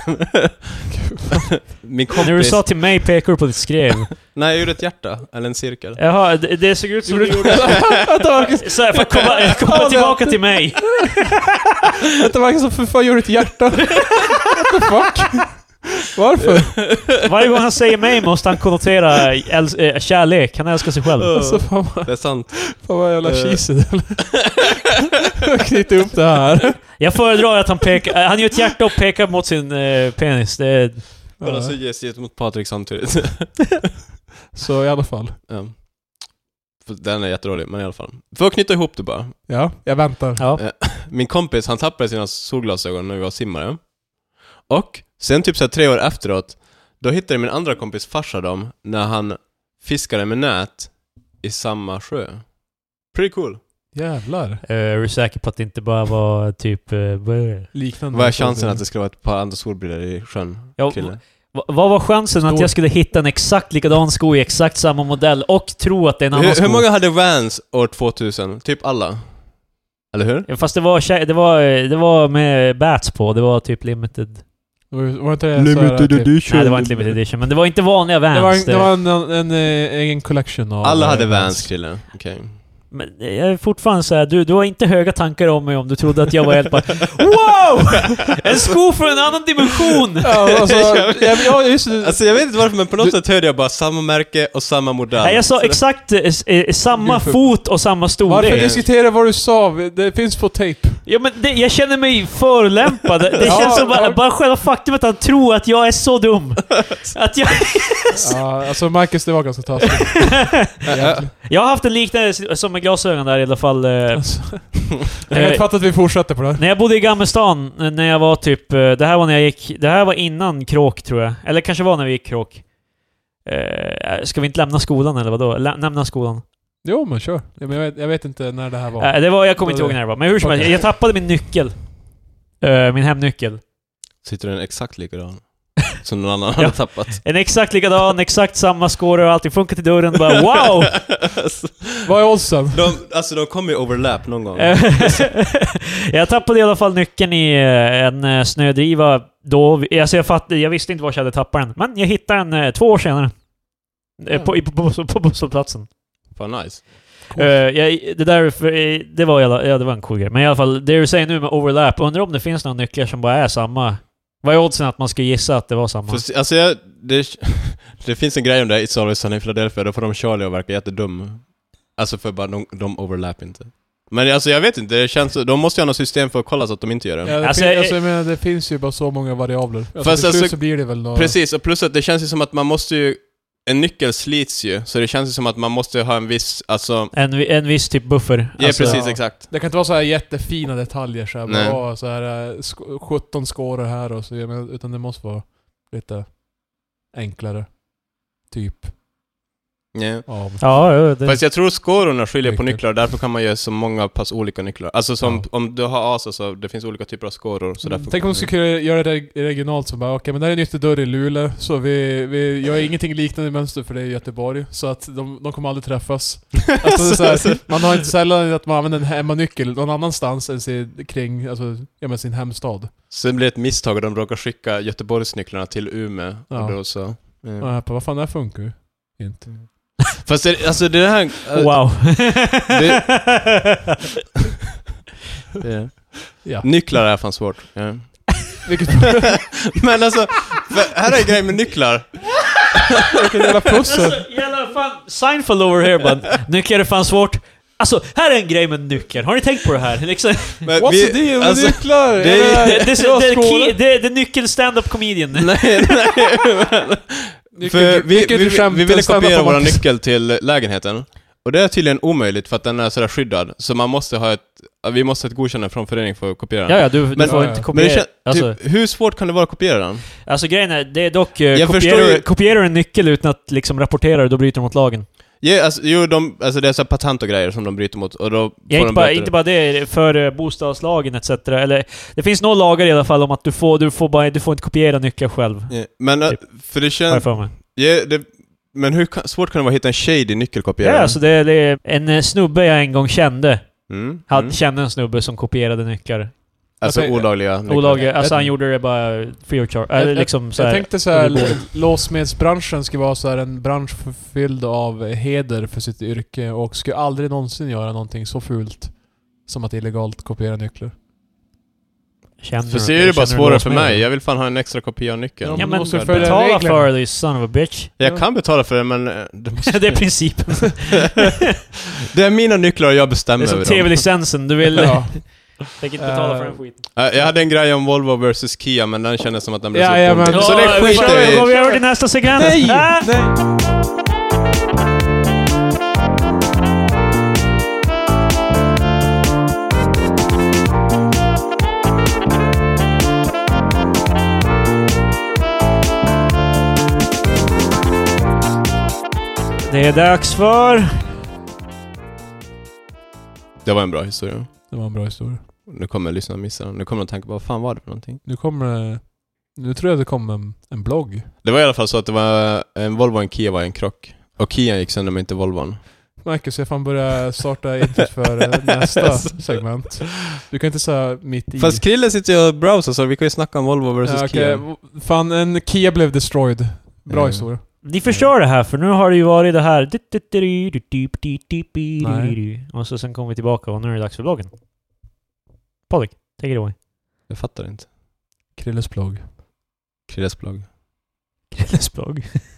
Min kompis... När du sa till mig pekar du på ditt skrev. Nej, jag gjorde ett hjärta. Eller en cirkel. Jaha, det, det såg ut som du gjorde... Vänta Marcus, Så här, för att komma, komma Ja, tillbaka till mig. vänta Marcus, för fan gör du ett hjärta? What the fuck? Varför? Varje gång han säger mig måste han konnotera äls- äh, kärlek. Han älskar sig själv. Alltså fan vad, Det är sant. fan vad jävla Eh. cheesy eller? Knyta upp det här. Jag föredrar att han pekar... äh, Han gör ett hjärta och pekar mot sin äh, penis. Det är... Bara så ges det mot Patrik samtidigt. Så i alla fall. Ja. För den är jätterolig, men i alla fall. För att knyta ihop det bara. Ja, jag väntar. Ja. Min kompis, han tappade sina solglasögon när vi var simmare. Och sen typ så här tre år efteråt, då hittade min andra kompis farsa dem när han fiskade med nät i samma sjö. Pretty cool. Jävlar. Äh, är du säker på att det inte bara var typ... Äh, bö- Liknande. Vad är chansen att det skulle vara ett par andra solbrillor i sjön? Ja, Krille? Va- vad var chansen att Stor. jag skulle hitta en exakt likadan sko i exakt samma modell och tro att det är en annan Hur, sko? hur många hade Vans år tvåtusen? Typ alla. Eller hur? Ja, fast det var, tjej- det var, det var med bats på. Det var typ limited. Var, var inte det limited typ, edition. Nej, det var inte limited edition. Men det var inte vanliga Vans. Det var en, det var en, en, en, en egen collection av... Alla hade Vans, killen. Okej. Okay. Men jag är fortfarande så här, du, du har inte höga tankar om mig om du trodde att jag var helt bara wow! En sko från en annan dimension! Ja, alltså, jag, jag, just, alltså jag vet inte varför, men på något du, sätt hörde jag bara samma märke och samma modell. Nej, jag sa exakt eh, samma fot och samma storlek. Varför diskutera vad du sa? Det finns på tape. Ja, men det, jag känner mig förolämpad. Det ja, känns som bara, ja. bara själva faktum att han tror att jag är så dum. Att jag... ja, alltså Marcus, det var ganska taskigt. Jag har haft en liknande som med glasögon där i alla fall. Alltså, jag kan inte fatta att vi fortsätter på det här. När jag bodde i Gammelstad, när jag var typ... Det här var när jag gick... Det här var innan Kråk, tror jag. Eller kanske var när vi gick Kråk. Eh, ska vi inte lämna skolan eller vadå? Lä- lämna skolan. Jo, men kör. Jag vet, jag vet inte när det här var. Eh, det var jag kommer inte ihåg när det var. Men hur som helst, okay. Jag tappade min nyckel. Eh, min hemnyckel. Sitter den exakt likadan? Som någon annan hade tappat. En exakt likadan, exakt samma score och allting funkar till dörren. Bara wow! Vad är oddsen? De, alltså de kommer ju overlap någon gång. Jag tappade i alla fall nyckeln i en snödriva då. Alltså jag, fatt, jag visste inte var jag hade tappat den. Men jag hittade den två år senare. Ja. På, på, på, på busshållplatsen. Fan nice. Cool. Uh, jag, det där det var, ja, det var en cool grej. Men i alla fall, det du säger nu med overlap. Undrar om det finns några nycklar som bara är samma. Vad är oddsen att man ska gissa att det var samma? För, alltså jag, det, det finns en grej om det i It's Always Sunny i Philadelphia. Då får de Charlie att verka jättedum. Alltså för bara de, de overlap inte. Men alltså jag vet inte, det känns, de måste ju ha något system för att kolla så att de inte gör det. Ja, det, alltså, fin- jag, alltså, jag menar, det finns ju bara så många variabler. Alltså, fast alltså, så blir det väl några... Precis, och plus att det känns ju som att man måste ju... En nyckel slits ju, så det känns ju som att man måste ha en viss, alltså... En, en viss typ buffer. Ja, alltså, precis, ja. exakt. Det kan inte vara så här jättefina detaljer så här, bara, så här sk- sjutton skåror här och så, men, utan det måste vara lite enklare. Typ. Yeah. Av. Ja, det... Fast jag tror skårorna skiljer Nyckel. på nycklar, därför kan man göra så många pass olika nycklar. Alltså som, Ja. om du har asa så det finns olika typer av skåror. Så därför Tänk om vi skulle kunna göra det regionalt så bara, okej, okay, men det här är en ytterdörr i Luleå, så vi, vi gör ingenting liknande mönster för det i Göteborg, så att de, de kommer aldrig träffas. Alltså, det är så här, man har inte sällan att man använder en hemmanyckel någon annanstans än sig, kring alltså, ja, men sin hemstad. Sen blir det ett misstag och de råkar skicka Göteborgsnycklarna till Umeå. Ja. Och då så... Ja. Och jag bara, vad fan, det här funkar ju inte. Fast det, alltså det här... äh, wow. det, det, Ja. Nycklar är fan svårt. Ja. Vilket Men alltså, för, här är en grej med nycklar. vilken jävla pussel. Alltså, jävla fan, Seinfeld over here, but nycklar är fan svårt. Alltså, här är en grej med nyckeln. Har ni tänkt på det här? Liksom, Men what's vi- the deal med alltså, nycklar? det är- Jag det, det, jag det, det, skålar. key- det, det är nyckeln stand-up comedian. nej, nej. Men, Nyckel- för vi, nyckel vi, till vi, skämten, vi ville stand-up kopiera på vår Marcus. nyckel till lägenheten. Och det är tydligen omöjligt för att den är sådär skyddad. Så man måste ha ett... Vi måste ha ett godkännande från föreningen för att kopiera den. Ja, ja, du, du Men- får ja, inte ja. Men det kopiera. kän, Alltså, typ, hur svårt kan det vara att kopiera den? alltså grejen är, det är dock... Uh, Jag förstår kopierar, ju- kopierar du en nyckel utan att liksom rapportera det, då bryter de mot lagen. Ja, alltså, jo, de, alltså det är så här patent och grejer som de bryter mot. Och då Ja, får inte, de bara, böter. inte bara det, för uh, bostadslagen et cetera. Eller, det finns några lagar i alla fall om att du får, du får, bara, du får inte kopiera nyckeln själv. Ja, men, Typ. för det Har jag känns... för mig. Ja, det, men hur kan, svårt kan det vara att hitta en shady nyckelkopierare? Ja, alltså det, det är en eh, snubbe jag en gång kände. Mm, Hade, mm. Kände en snubbe som kopierade nycklar. Alltså Jag tänk- olagliga nycklar. Olagliga, alltså Jag- han gjorde det bara free of charge. Jag, Eller jag, liksom så jag här, tänkte så här, under bordet. låsmedsbranschen ska vara så här en bransch fylld av heder för sitt yrke och skulle aldrig någonsin göra någonting så fult som att illegalt kopiera nycklar. Känner För du- så är det bara känner du svårare för låsmed? mig. Jag vill fan ha en extra kopia av nyckeln. Ja, Ja, men men måste följa betala reglerna. för det, you son of a bitch. Jag kan betala för det, men... eh, Det, måste, Det är principen. det är mina nycklar och jag Det bestämmer är som över dem. tv-licensen. Du vill... Ja. Tänker inte betala Eh, för den skiten. Eh, Jag hade en grej om Volvo versus Kia, men den kändes som att den blev Ja, så ja, men- uppbunden. Så Ja, det vi skiter kör- vi Går vi i. över till nästa segment? Nej! Ah! Nej! Det är dags för... Det var en bra historia. Det var en bra historia. Nu kommer jag lyssna och missa den. Nu kommer de tänka på vad fan var det för någonting? Nu kommer det... Nu tror jag det kommer en, en blogg. Det var i alla fall så att det var en Volvo och en Kia var i en krock. Och Kia gick sönder men inte Volvon. Marcus, jag fan börja starta introt för nästa segment. Du kan inte säga mitt i... Fast Krille sitter ju och browsar så vi kan ju snacka om Volvo versus Ja, Kia. okay. Fan, en Kia blev destroyed. Bra Mm. historia. Ni förstår det här, för nu har det ju varit det här... Nej. Och så sen kommer vi tillbaka och nu är det dags för bloggen. Polly, take it away. Jag fattar inte. Krilles blogg. Krilles blogg. Krilles blogg.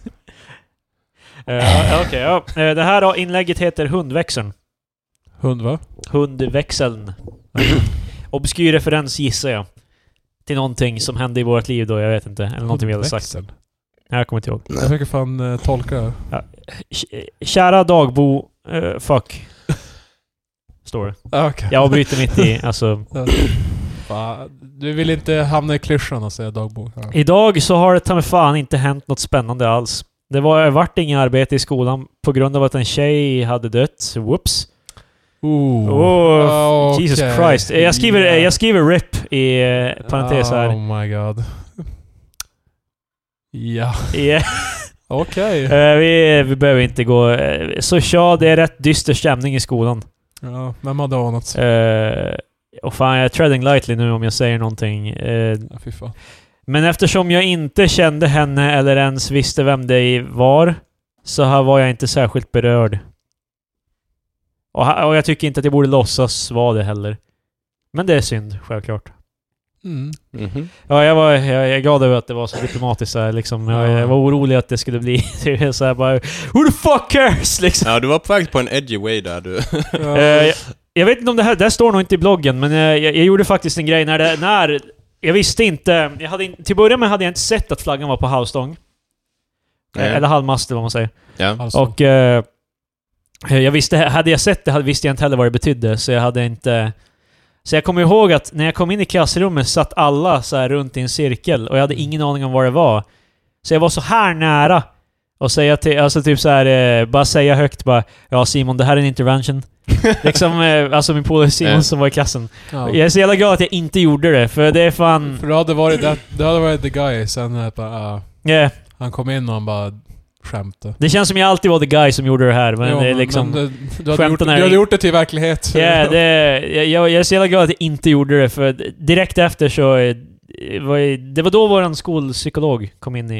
uh, Okej, ja. Uh, det här då, inlägget heter Hundväxeln. Hund, va? Hundväxeln. Obskyr referens gissar jag. Till någonting som hände i vårt liv då, jag vet inte. Eller någonting vi hade sagt. Hundväxeln. Nej, jag kommer inte ihåg. Jag försöker fan uh, tolka det här. K- Kära dagbo... Uh, fuck. Står det. Ah, okay. Jag avbryter mitt i, alltså... Va? Du vill inte hamna i klyschan och säga dagbok. Ja. Idag så har det ta mig fan inte hänt något spännande alls. Det var vart inget arbete i skolan på grund av att en tjej hade dött. Whoops. Ooh. Oh, Okay. Jesus Christ. Jag skriver, Yeah. jag skriver R I P i eh, parentes här. Oh my god. Ja. Yeah. Okej. Eh, vi, vi behöver inte gå... eh, så ja, det är rätt dyster stämning i skolan. Ja, vem hade anat? Uh, och fan, jag är treading lightly nu om jag säger någonting. Uh, Ja, fy fan. men eftersom jag inte kände henne eller ens visste vem det var, så här var jag inte särskilt berörd. Och, ha- och jag tycker inte att jag borde låtsas vara det heller. Men det är synd, självklart. Mm. Mhm. Ja, jag var jag, jag är glad över att det var så diplomatiskt så här, liksom. Jag, jag var orolig att det skulle bli så här bara... Who the fuck cares? Liksom. Ja, du var på väg på en edgy way där du. Eh, jag, jag vet inte om det här... Det här står nog inte i bloggen, men jag, jag, jag gjorde faktiskt en grej när det... När, jag visste inte... Jag hade, in- till att börja med hade jag inte sett att flaggan var på halvstång. Nej. Eh, Eller halvmast, eller vad man säger. Ja. Alltså. Och... Eh, jag visste... Hade jag sett det hade, visste jag inte heller vad det betydde, så jag hade inte... Så jag kommer ihåg att när jag kom in i klassrummet satt alla så här runt i en cirkel och jag hade ingen aning om vad det var. Så jag var så här nära och säga till, alltså typ så här, eh, bara säga högt bara, ja Simon, det här är en intervention. liksom, eh, alltså min polare Simon Ja. som var i klassen. Ja. Jag är så jävla glad att jag inte gjorde det, för det är fan... För du hade varit, det, du hade varit the guy sen eh, bara, uh, Yeah. han kom in och han bara skämtade. Det känns som jag alltid var the guy som gjorde det här, men Jo, det är liksom... men du, du, hade gjort, skämten du är- hade gjort det till verklighet. Ja, det, jag, jag är så jävla glad att jag inte gjorde det, för direkt efter så... eh, var, det var då våran skolpsykolog kom in i...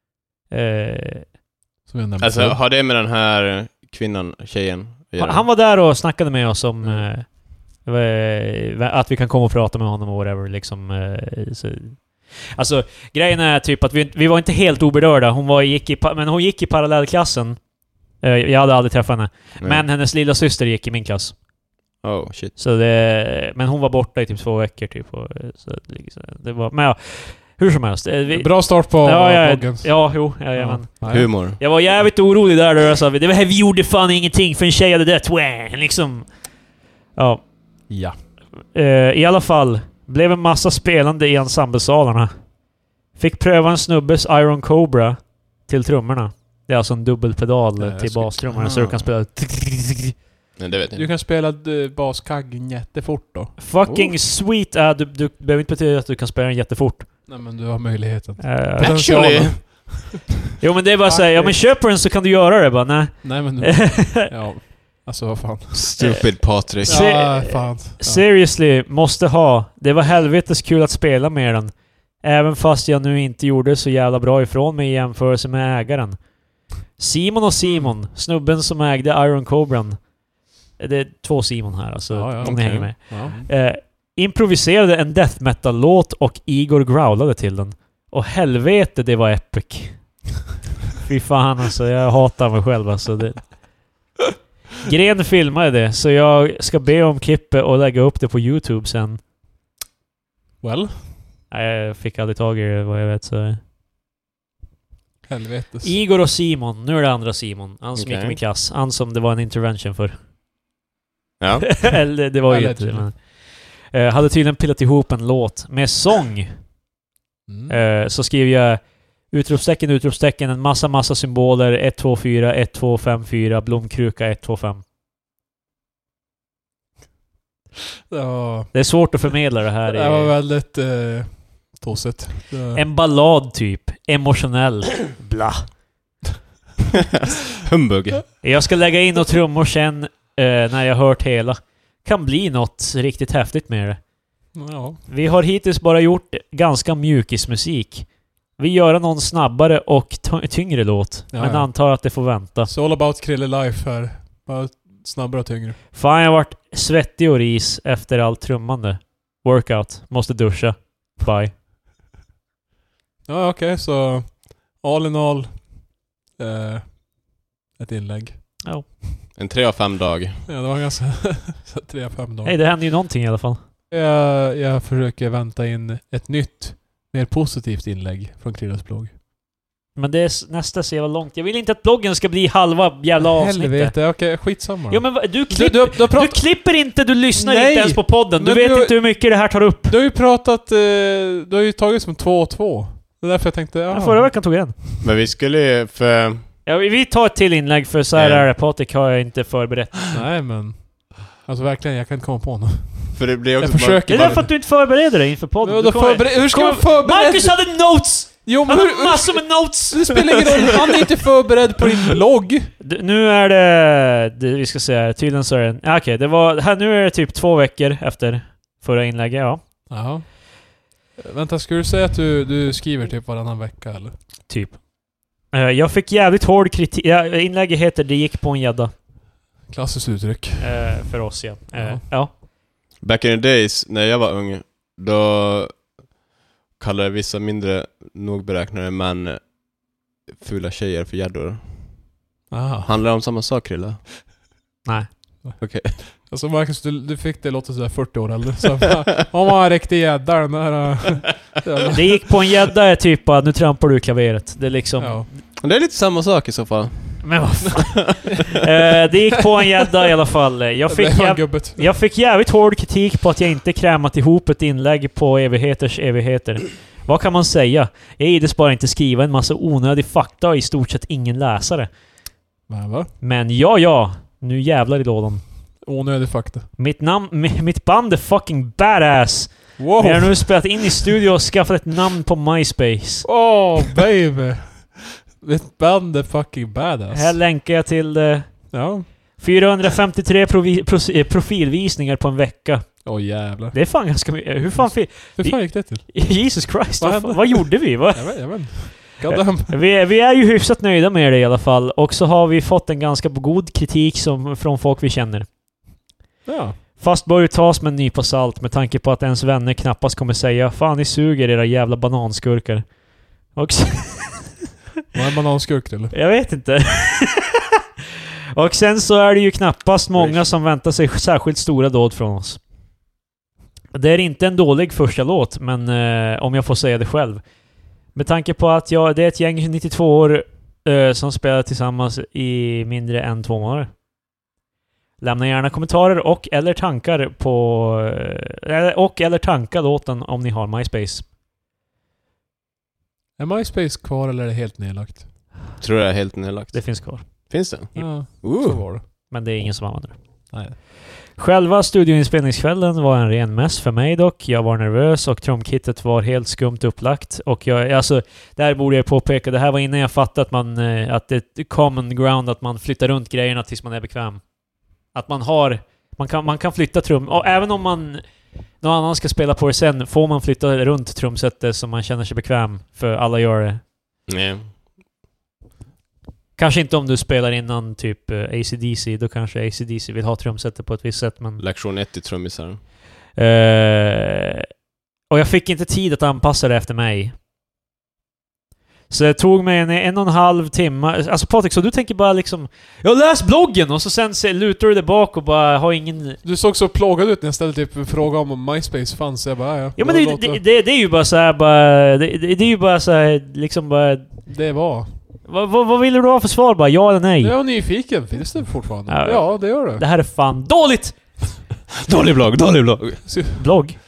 Eh, Som jag nämnde. Alltså, har det med den här kvinnan, tjejen att göra? han, han var där och snackade med oss om... Eh, eh, att vi kan komma och prata med honom och whatever, liksom. Eh, så. Alltså, grejen är typ att vi, vi var inte helt oberörda. Hon var, gick i, pa- men hon gick i parallellklassen. Eh, jag hade aldrig träffat henne. Nej. Men hennes lilla syster gick i min klass. Oh, shit. Så det, men hon var borta i typ två veckor typ. Och, så, så det var, men ja, hur som helst. eh, Vi, Bra start på ja, ja, bloggen. ja, jo, ja, ja, men. Ja. Humor. Jag var jävligt orolig där då jag sa, det var här, vi gjorde fan ingenting för en tjej hade dött. Wah, liksom. Ja. Ja. Eh, I alla fall, blev en massa spelande i ensemblesalarna. Fick pröva en snubbes Iron Cobra till trummorna. Det är alltså en dubbelpedal Ja, jag till ska- bastrummorna så du kan spela... Nej, det vet jag Du inte. kan spela uh, baskaggen jättefort då. Fucking Oh. sweet! Äh, du, du behöver inte betyda att du kan spela den jättefort. Nej men du har möjligheten. Eh, Actually! jo men det är bara att säga, ja men köper den så kan du göra det bara, nej. Nej men du... ja. Alltså vad fan. Stupid Patrik. Se- Ja, fan. Ja. Seriously, måste ha. Det var helvetes kul att spela med den. Även fast jag nu inte gjorde så jävla bra ifrån mig i jämförelse med ägaren. Simon och Simon, snubben som ägde Iron Cobran. Det är två Simon här alltså, Ja, ja, om okej. ni hänger med. Ja. Eh, improviserade en death metal-låt och Igor growlade till den. Och helvete, det var epic. Fy fan alltså, jag hatar mig själv alltså. Det... Gren filmade det, så jag ska be om klippet och lägga upp det på YouTube sen. Well. Nej, jag fick aldrig tag i det, vad jag vet så... Helvetes. Igor och Simon, nu är det andra Simon. Han som Okej. gick i min klass. Han som det var en intervention för. Ja. Eller det var ju inte det, Allegedly. men... Eh, hade tydligen pillat ihop en låt med sång. Mm. Eh, så skrev jag utropstecken, utropstecken, en massa, massa symboler. ett, två, fyra, ett, två, fem, fyra, blomkruka, ett, två, fem. Ja. Det är svårt att förmedla det här. Det var I, väldigt eh, tossigt. Det- en ballad typ. Emotionell. Bla. Humbug. Jag ska lägga in och trummor sen eh, när jag hört hela. Kan bli något riktigt häftigt med det. Ja. Vi har hittills bara gjort ganska mjukismusik. Vi gör någon snabbare och t- tyngre låt. Ja, men ja. antar att det får vänta. Så all about Krille Life här. Bara snabbare och tyngre. Fan, jag har varit svettig och ris efter allt trummande. Workout. Måste duscha. Bye. Ja, okej. Okay, så all in all eh, ett inlägg. Ja. En tre av fem dag. Ja, det var ganska tre av fem dagar. Hej, det händer ju någonting i alla fall. Jag, jag försöker vänta in ett nytt, mer positivt inlägg från Krillas blogg. Men det är s- nästa så jävla långt. Jag vill inte att bloggen ska bli halva jävla avsnittet. Helvete, okej, okay, skitsamma. Ja, men va- du, klipp, du, du, du, du, har prat- du klipper inte, du lyssnar Nej, inte ens på podden. Du men vet du- inte hur mycket det här tar upp. du har ju pratat, eh, du har ju tagit som två och två. Det är därför jag tänkte, ja. Ja, förra veckan tog jag en. Men vi skulle ju, för... Ja, vi- vi tar ett till inlägg för så här Ja. är det. Patrik har jag inte förberett. Nej, men... Alltså verkligen, jag kan inte komma på något. För det blir Jag också... bara- försöker. Det är därför att du inte förbereder dig inför podden. Ja, Du då kommer- förbered- hur ska kommer- jag förbereda? Marcus hade notes! Jo, men Han hur, hade hur, massor med notes! det spelar ingen roll, han är inte förberedd på din blogg. D- nu är det, det... Vi ska säga, tydligen så är det... Ja, okej, det var... Här, nu är det typ två veckor efter förra inlägget, ja. Jaha. Vänta, ska du säga att du, du skriver typ varannan vecka, eller? Typ. Eh, jag fick jävligt hård kritik. Ja, inlägget heter Det gick på en gädda. Klassiskt uttryck. Eh, för oss, ja. Eh, Ja. ja. Back in the days, när jag var ung, då kallade vissa mindre nogberäknade män fula tjejer för gäddor. Aha. Handlar det om samma sak, Krilla? Nej. Okej. Alltså Marcus, du, du fick det låta sådär fyrtio år eller? Så bara, om man är riktig gädda, den där... äh, Det gick på en gädda är typ att nu trampar du i klaveret. Det är liksom... ja. Det är lite samma sak i så fall. Men vad fan. eh, det gick på en gädda i alla fall. Jag Det fick, blev jäv... gubbet. jag fick jävligt hård kritik på att jag inte krämat ihop ett inlägg på evigheters evigheter. Vad kan man säga? Jag ides bara inte skriva en massa onödig fakta och i stort sett ingen läsare. Men va? Men ja, ja. Nu jävlar i lådan. Onödig fakta. Mitt namn... mi- Mitt band är fucking badass. Wow! Vi har nu spelat in i studio och skaffat ett namn på MySpace. Oh baby! Ett band är fucking badass. Här länkar jag till det. Ja. fyrahundrafemtiotre provi- pros- eh, profilvisningar på en vecka. Åh oh, jävlar. Det är fan ganska mycket. Hur fan... Fi- Hur fan gick det till? Jesus Christ, Vad vad, hände? fan, vad gjorde vi? Vad? Jag vet, jag vet inte. Goddamn. Vi, vi är ju hyfsat nöjda med det i alla fall. Och så har vi fått en ganska god kritik som, från folk vi känner. Ja. Fast bör ju tas med en nypa salt med tanke på att ens vänner knappast kommer säga fan ni suger era jävla bananskurkar. Och så, Vad är bananskurk eller? jag vet inte. Och sen så är det ju knappast många som väntar sig särskilt stora dåd från oss. Det är inte en dålig första låt, men eh, om jag får säga det själv. Med tanke på att jag, det är ett gäng nittiotvå år eh, som spelar tillsammans i mindre än två månader. Lämna gärna kommentarer och eller tankar på... Eh, och eller tanka låten om ni har MySpace. Är MySpace kvar eller är det helt nedlagt? Tror jag är helt nedlagt. Det finns kvar. Finns det? Ja, så Uh. var det. Men det är ingen som använder det. Nej. Själva studioinspelningskvällen var en ren mess för mig dock. Jag var nervös och trumkittet var helt skumt upplagt. Och jag, alltså, där borde jag påpeka, det här var innan jag fattade att man, eh, att det är common ground att man flyttar runt grejerna tills man är bekväm. Att man har, man kan, man kan flytta trum, och även om man, någon annan ska spela på det sen, får man flytta runt trumsetet så man känner sig bekväm, för alla gör det. Nej. Kanske inte om du spelar innan typ eh, A C D C, då kanske A C D C vill ha trumsetet på ett visst sätt, men... Lektion ett i trummisar. Eh, och jag fick inte tid att anpassa det efter mig. Så det tog mig en, en och en halv timme. Alltså Patrik, så du tänker bara liksom... Jag läs bloggen! Och så sen se, lutar du det bak och bara har ingen... Du såg så plågad ut när jag ställde typ en fråga om MySpace fanns, så jag bara ja. Ja men det, låt det, det, det är ju bara så här, bara... Det, det, det är ju bara så här, liksom bara... det var. Vad, vad, vad vill du ha för svar? Bara ja eller nej? Jag var nyfiken, finns det fortfarande? Ja. Ja, det gör det. Det här är fan dåligt! Dålig blogg, dålig blogg! Blogg?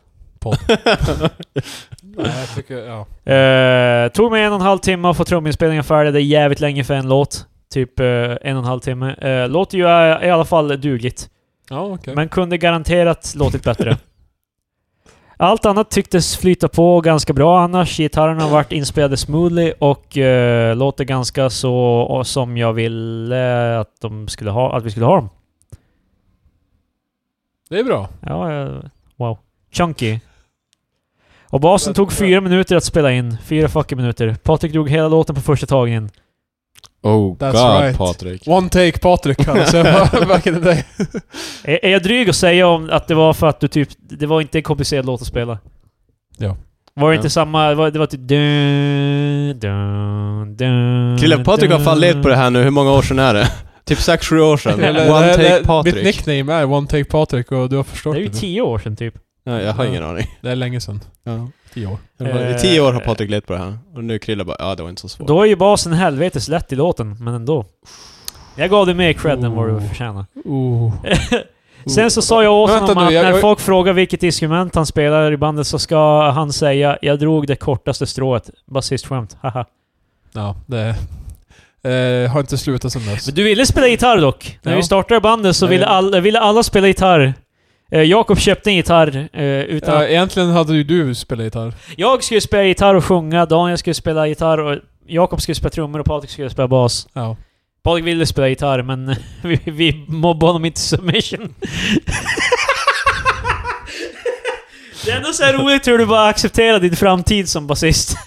Nej, jag tycker, ja. Eh, tog mig en och en halv timme att få truminspelningen färdig. Det är jävligt länge för en låt. Typ eh, en och en halv timme. Eh, låter ju eh, i alla fall dugligt. Ja, okej. Men kunde garanterat låtit bättre. Allt annat tycktes flyta på ganska bra annars. Gitarrerna har varit inspelade smoothly och uh, låter ganska så och som jag ville att de skulle ha, att vi skulle ha dem. Det är bra. Ja, uh, wow. Chunky. Och basen tog fyra minuter att spela in. Fyra fucking minuter. Patrik drog hela låten på första tagningen. Oh That's god, right. Patrik. One take Patrik kan jag säga back in the day. Är, är jag dryg att säga om att det var för att du typ... Det var inte en komplicerad låt att spela? Ja. Var det Ja. inte samma... Det var, det var typ... Dun, dun, dun, Krille, Patrik har fan levt på det här nu. Hur många år sedan är det? Typ sex sju år sedan. Eller- One det- take det- Patrik. Mitt nickname är One take Patrik och du har förstått Det är det. ju nu. tio år sedan typ. Ja, jag har ingen aning. Det är länge sedan. Ja. Tio år. I tio år har Patrik levt på det här. Och nu Krille bara, ja det var inte så svårt. Då är ju basen helvetes lätt i låten, men ändå. Jag gav dig mer cred än vad du Oh. förtjänar. Oh. Sen så sa jag åt Vänta honom nu, att jag- när jag- folk frågar vilket instrument han spelar i bandet så ska han säga jag drog det kortaste strået. Basistskämt, haha. Ja, det eh, har inte slutat sedan dess. Men du ville spela gitarr dock. När Ja. vi startade bandet så Nej. ville, all, ville alla spela gitarr. Eh, Jakob köpte en gitarr eh, utan... Ja, egentligen hade ju du spelat gitarr. Jag skulle spela gitarr och sjunga, Daniel skulle spela gitarr och Jakob skulle spela trummor och Patrik skulle spela bas. Ja. Patrik ville spela gitarr men vi, vi mobbade honom inte submission. Det är ändå så här roligt hur du bara accepterar din framtid som basist.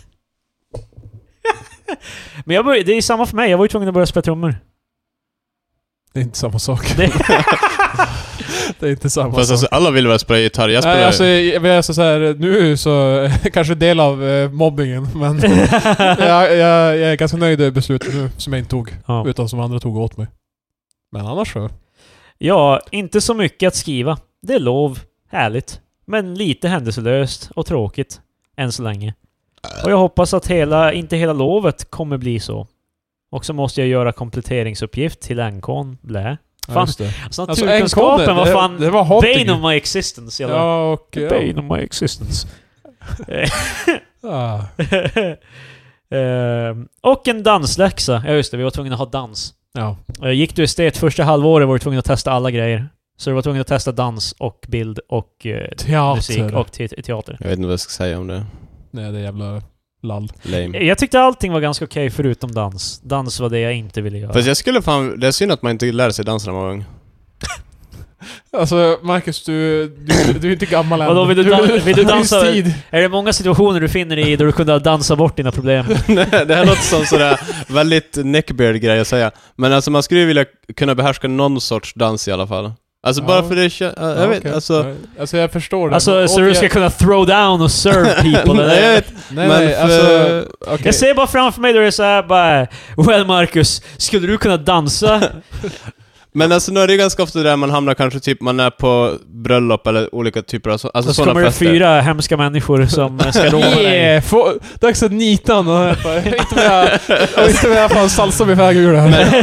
Men jag började, det är samma för mig, jag var ju tvungen att börja spela trummor. Det är inte samma sak. Det, Det är inte samma Fast sak. alltså, alla vill väl spela gitarr. Jag spelar... Nej, alltså, jag vill säga så här, nu så kanske del av eh, mobbingen, men jag, jag, jag är ganska nöjd med beslutet nu som jag inte tog, ja. utan som andra tog åt mig. Men annars så. Ja, inte så mycket att skriva. Det är lov, härligt. Men lite händelselöst och tråkigt. Än så länge. Och jag hoppas att hela, inte hela lovet kommer bli så. Och så måste jag göra kompletteringsuppgift till N K N. Blä. Ja, Fan, just det. alltså, Alltså, naturkunskapen N K N, var det- fan det var hating. bane of my existence. Jävla. Ja, och... The Ja. bane of my existence. Ah. Ehm, och en dansläxa. Ja just det, vi var tvungna att ha dans. Ja. Eh, Gick du estet första halvåret var du tvungen att testa alla grejer. Så du var tvungen att testa dans och bild och eh, Teater. musik och te- teater. Jag vet inte vad jag ska säga om det. Nej, det är jävla lall. Lame. Jag tyckte allting var ganska okej förutom dans. Dans var det jag inte ville göra. Fast jag skulle fan... Det är synd att man inte lär sig dansa när man var ung. Alltså, Marcus, du, du, du är inte gammal än. Vadå, vill du dan- vill du det dansa- finns tid. Är det många situationer du finner dig i där du kunde dansa bort dina problem? Nej, det här låter som sådär väldigt neckbeard-grej att säga. Men alltså man skulle ju vilja kunna behärska någon sorts dans i alla fall. Alltså Ja. bara för det... kän- Jag Ja, vet, okej. alltså... Alltså, jag förstår det. Alltså, Men så du ska återigen- kunna throw down och serve people? Nej, jag eller? vet. Nej, Men nej, för- alltså... okej. Jag ser bara framför mig där det är såhär bara... Well Marcus, skulle du kunna dansa? Men alltså nu är det ju ganska ofta där man hamnar kanske typ, man är på bröllop eller olika typer av så, alltså Och så sådana kommer det fester. fyra hemska människor som ska lova dig. Yeah! Få, dags att nita han och jag bara, jag vet inte vad jag... Jag vet inte vad jag fan salsar mig iväg ur det här.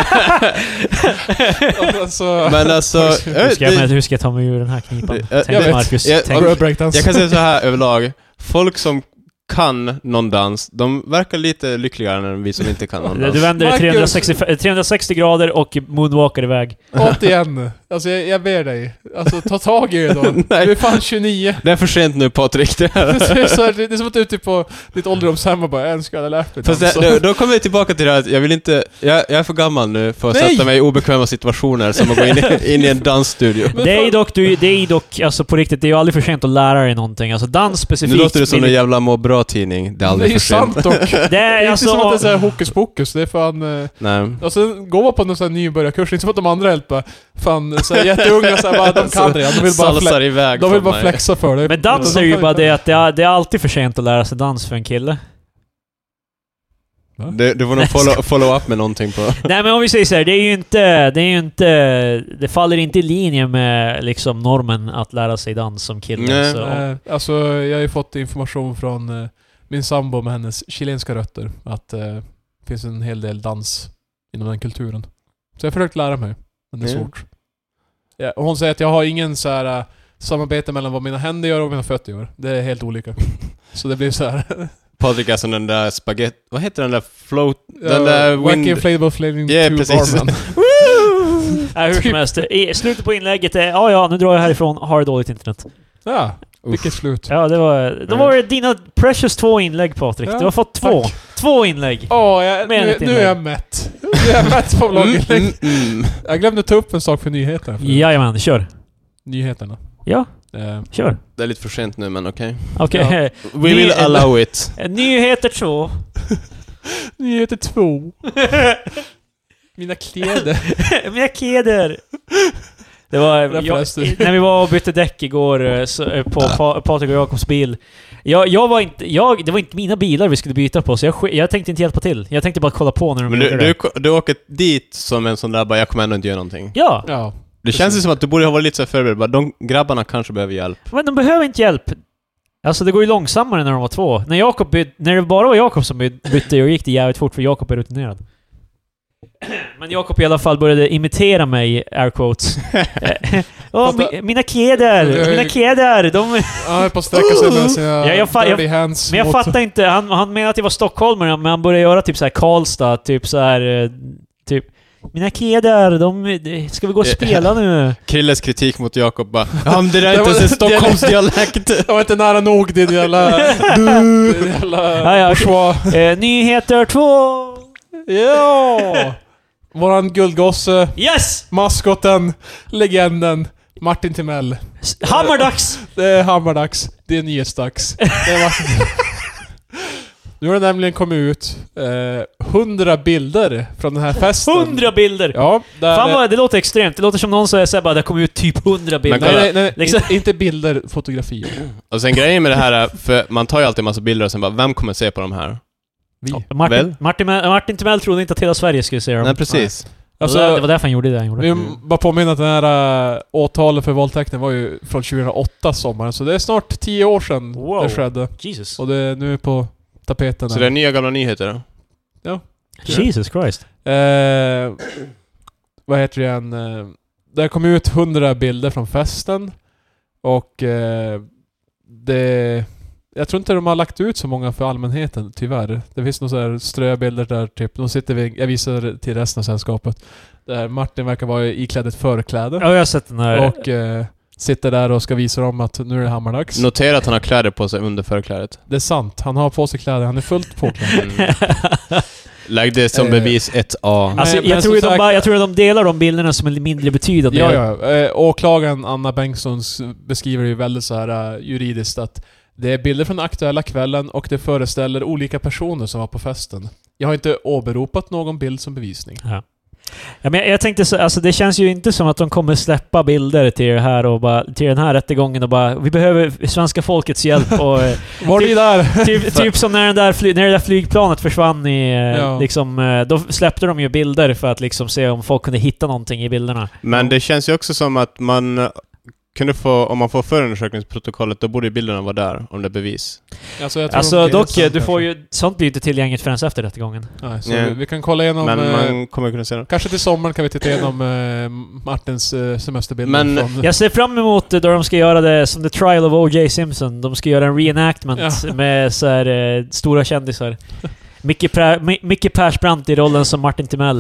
alltså, Men alltså... jag Hur vet, ska, jag, det, men, hur ska jag ta mig ur den här knipan? Jag- Tänk jag vet. Marcus, Jag- tänk. jag- breakdance. jag kan säga så här överlag. Folk som kan någon dans, de verkar lite lyckligare än vi som inte kan någon Du dans. vänder dig Marcus. trehundrasextio, trehundrasextio grader och moonwalkar iväg. Återigen, alltså jag, jag ber dig. Alltså ta tag i det då. Nej. Du är fan tjugonio. Det är för sent nu Patrik. Det Det är. är, så här, det är som att du är ute på ditt ålderdomshem och bara, jag önskar jag hade lärt mig Fast dansa. det, då, då kommer vi tillbaka till det här att jag vill inte... Jag, jag är för gammal nu för att Nej! sätta mig i obekväma situationer som att gå in i, in i en dansstudio. Men Det är fan- ju dock, du, det är ju dock, alltså på riktigt, det är ju aldrig för sent att lära dig någonting. Alltså dans Nu specifikt... låter det som en vill- jävla må bra-tidning. Det är Det är aldrig ju för sent. sant dock. Det Det är är inte som att det är alltså... såhär hokus pokus, det är fan... eh, Nej. Och sen går man på någon sån här nybörjarkurs, inte som att de andra hjälper. Fan, så här jätteunga så här, bara, de kan det redan. De vill bara, Salsar fle- iväg de vill från bara mig. flexa för det. Men dans De är ju kan bara inte- det att det är, det är alltid för sent att lära sig dans för en kille. Du, du får nog follow, follow up med någonting på... Nej men om vi säger så här, det är ju inte... Det är ju inte... Det faller inte i linje med liksom normen att lära sig dans som kille. Nej. Så, Eh, alltså, jag har ju fått information från eh, min sambo med hennes chilenska rötter. Att eh, det finns en hel del dans inom den kulturen. Så jag har försökt lära mig. Men det är Ja. svårt. Ja, och hon säger att jag har ingen så här eh, samarbete mellan vad mina händer gör och vad mina fötter gör. Det är helt olika. Så det blir så här. Patrik är som den där spaghetti... Vad heter den där float... Ja, Den där Wacky wind... inflatable flaming Ja, tube precis. barman. Nej, hur som helst. I slutet på inlägget är... Ja, ja, nu drar jag härifrån. Har dåligt internet. Ja. Vilket slut. Ja, det var... Då var det dina precious två inlägg, Patrik. Ja, du har fått två. tack. Två inlägg. Åh, jag, Mer än nu, ett nu är inlägg. jag mätt. Nu är jag mätt på vlogginlägg. Mm, mm, mm. Jag glömde ta upp en sak för nyheterna. För Jajamän, kör. Nyheterna. Ja, Eh, kör. Det är lite för sent nu, men okej. Okej. Ja. We will Ny- allow it. Nyheter två. nyheter två. Mina kläder. Mina kläder. Det var... Därför Jag, förresten. när vi var och bytte däck igår eh, så, eh, på pa, Patrik och Jakobs bil. Jag, jag var inte... Jag, det var inte mina bilar vi skulle byta på, så jag, sk- jag tänkte inte hjälpa till. Jag tänkte bara kolla på när de Men gjorde du, det. du, du åker dit som en sån där bara, jag kommer ändå inte göra någonting. Ja, Ja. Det känns ju som att du borde ha varit lite så här förberedd. Bara, de grabbarna kanske behöver hjälp. men de behöver inte hjälp. Alltså det går ju långsammare när de var två. När Jakob byt, när det bara var Jakob som byt, bytte och gick det jävligt fort för Jakob är rutinerad. Men Jakob i alla fall började imitera mig, air quotes. Åh, mi, mina kläder! Mina kläder! De... Ja, han är på att sträcka sig med sina Ja, jag fa- dirty jag- hands. Men jag mot- fattar inte, han, han menade att det var stockholmare, men han började göra typ så här Karlstad, typ så här eh, typ mina kläder, de... Ska vi gå och spela nu? Krilles kritik mot Jakob bara, ja men det där är Det inte var- ens en Stockholmsdialekt. Jag var inte nära nog, din jävla... du, din jävla Ja, ja, bourgeois. Eh, nyheter två! Ja! Våran guldgosse, Yes! maskoten, legenden, Martin Timell. S- Hammardags! Det är hammardags. Det är nyhetsdags. Det är Martin. Nu har det nämligen kommit ut eh, hundra bilder från den här festen. Hundra bilder! Ja, där Fan det- vad, det låter extremt. Det låter som någon säger såhär bara, det kommer ut typ hundra bilder. kolla. Nej, nej, nej. Liksom- Inte, inte bilder, fotografier. Och sen grejen med det här är, för man tar ju alltid en massa bilder och sen bara, vem kommer se på de här? Vi. Martin, Väl? Martin, Martin Timell trodde inte att hela Sverige skulle se dem. Nej, precis. Alltså, det var därför han gjorde det han gjorde. vi bara påminna att den här äh, åtalet för våldtäkten var ju från tjugohundraåtta sommaren, så det är snart tio år sedan Wow. det skedde. Jesus. Och det är nu på tapeten. Så här. det är nya gamla nyheter då? Jesus Christ. Eh, vad heter det igen? Eh, det kom ut hundra bilder från festen. Och eh, det... Jag tror inte de har lagt ut så många för allmänheten, tyvärr. Det finns några så här ströbilder där, typ. De sitter vid, jag visar till resten av sällskapet. Där Martin verkar vara iklädd ett förkläde. Ja, jag har sett den här. Och eh, sitter där och ska visa dem att nu är det hammardags. Notera att han har kläder på sig under förklädet. Det är sant. Han har på sig kläder. Han är fullt påklädd. Mm. Lägg det som Eh. bevis ett A. Alltså, Men- jag, men tror som ju de sagt- bara, jag tror att de delar de bilderna som är mindre betydande. Ja, ja. Eh, åklagaren Anna Bengtssons beskriver ju väldigt så här uh, juridiskt att det är bilder från den aktuella kvällen och det föreställer olika personer som var på festen. Jag har inte åberopat någon bild som bevisning. Ja. Ja, men jag, jag tänkte så, alltså det känns ju inte som att de kommer släppa bilder till det här och bara, till den här rättegången och bara, vi behöver svenska folkets hjälp och eh, Var ni där? typ, typ som när, den där fly, när det där flygplanet försvann i, eh, Ja. liksom, eh, då släppte de ju bilder för att liksom se om folk kunde hitta någonting i bilderna. Men det känns ju också som att man kunde få, om man får förundersökningsprotokollet, då borde ju bilderna vara där, om det är bevis. Alltså, jag tror Alltså de- dock, det är sant, du får kanske. ju, sånt blir ju inte tillgängligt förrän efter rättegången. Nej, så Nej. vi, vi kan kolla igenom... Men eh, man kommer kunna se det. Kanske till sommaren kan vi titta igenom eh, Martins eh, semesterbilder. Men- från, Jag ser fram emot då de ska göra det som The Trial of O J Simpson. De ska göra en reenactment Ja. med så här, eh, stora kändisar. Micke, pra- Mi- Micke Persbrandt i rollen som Martin Timell.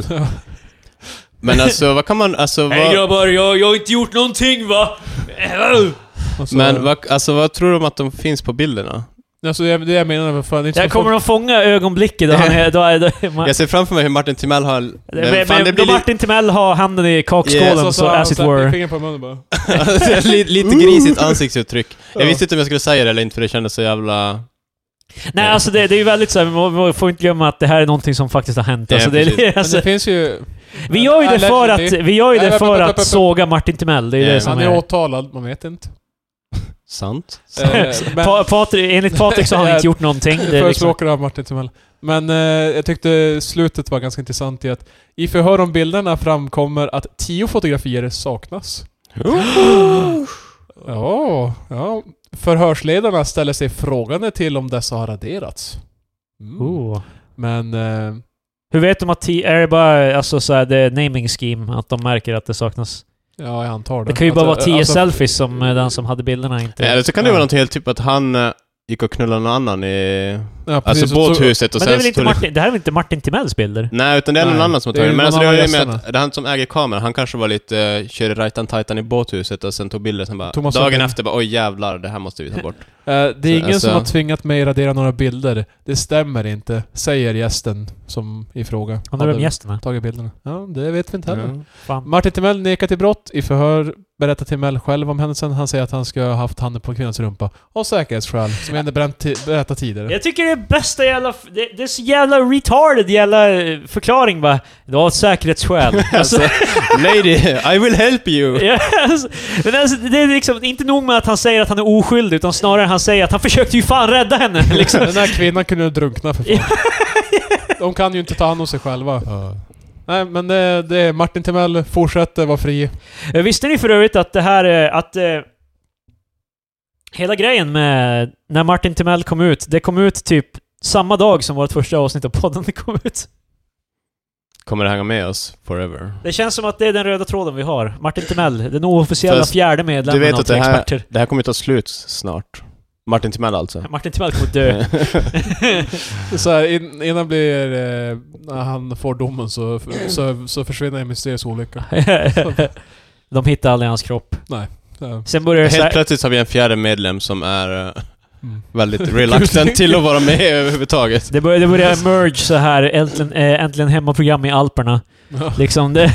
Men alltså, vad kan man, alltså Hej vad, grabbar, jag, jag har inte gjort någonting va? och så- men vad, alltså vad tror du om att de finns på bilderna? Alltså, det, det jag menar, för det är inte Jag som kommer folk- att fånga ögonblicket då han är... Då är, då är man, Jag ser framför mig hur Martin Timell har... men, Men, fan, men, det då blir li- Martin Timell har handen i kakskålen, Yes, så, så, så, as it were. fingret på munnen bara. lite, lite grisigt ansiktsuttryck. Jag Ja. visste inte om jag skulle säga det eller inte, för det kändes så jävla... Nej, alltså det, det är ju väldigt så här, man man får inte glömma att det här är någonting som faktiskt har hänt. Ja, Alltså, det, precis. det, Men alltså, det finns ju... vi gör ju det för att, Allegedly. vi gör ju Nej, det vänta, för vänta, att vänta. såga Martin Timell. Det är ju Ja. det som Han är är... åtalad, man vet inte. Sant. Eh, men- Pa, Patrik, enligt Patrik så har han inte gjort någonting. Det är liksom, Förespråkare av Martin Timell. Men eh, jag tyckte slutet var ganska intressant i att i förhör om bilderna framkommer att tio fotografier saknas. Ja, ja. Förhörsledarna ställer sig frågande till om dessa har raderats. Mm. oh. Men... Eh, Hur vet de att ti- är det bara alltså, så här, det är naming scheme? Att de märker att det saknas? ja, jag antar det. Det kan ju bara Alltså, vara tio alltså, selfies som eh, den som hade bilderna inte... Eller så kan det Ja. vara något helt typ att han... eh, gick och knullade någon annan i... Ja, precis, alltså så- båthuset och Men det, är sen... väl inte tog- Martin, det här är väl inte Martin Timells bilder? Nej, utan det är någon Nej, annan som har det är tagit. ju Men alltså någon det har av ju med gästerna. att det är han som äger kameran. Han kanske var lite, uh, körde rajtan tajtan i båthuset och sen tog bilder sen bara... Thomas dagen Sundin. efter bara, oj jävlar, det här måste vi ta bort. Eh, det är Så, ingen alltså- som har tvingat mig radera några bilder. Det stämmer inte, säger gästen som i fråga. Undrar vem hade gästen är? tagit bilderna. Ja, det vet vi inte heller. Mm. Fan. Martin Timell nekar till brott. I förhör berättar Timell själv om händelsen. Han säger att han ska ha haft handen på kvinnans rumpa. Och säkerhetsskäl, som jag ändå berättat tidigare. Jag tycker det är bästa jävla... Det, det är så jävla retarded jävla eh, förklaring va. Det var ett säkerhetsskäl. Alltså, Lady, I will help you! ja, alltså, men alltså, det är liksom inte nog med att han säger att han är oskyldig, utan snarare han säger att han försökte ju fan rädda henne. Liksom. Den här kvinnan kunde drunkna för fan. De kan ju inte ta hand om sig själva. Nej, men det, det är Martin Timell fortsätter vara fri. Eh, Visste ni för övrigt att det här... eh, Att... eh, Hela grejen med när Martin Timell kom ut, det kom ut typ samma dag som vårt första avsnitt av podden kom ut. Kommer det hänga med oss forever? Det känns som att det är den röda tråden vi har. Martin Timell, den officiella Fast fjärde Du medlemmen vet av att Tre det här, Experter. det här kommer ta slut snart. Martin Timell alltså. Martin Timell kommer att dö. Så här, in, innan blir eh, när han får domen så, så, så försvinner en mysterisk olycka. De hittar aldrig hans kropp. Nej. Ja. Sen börjar det så Helt här, plötsligt har vi en fjärde medlem som är eh, Mm. väldigt reluctant till att vara med överhuvudtaget. det börjar, det börjar emerge så här äntligen, äh, äntligen hemmaprogram i Alperna. Ja. Liksom det.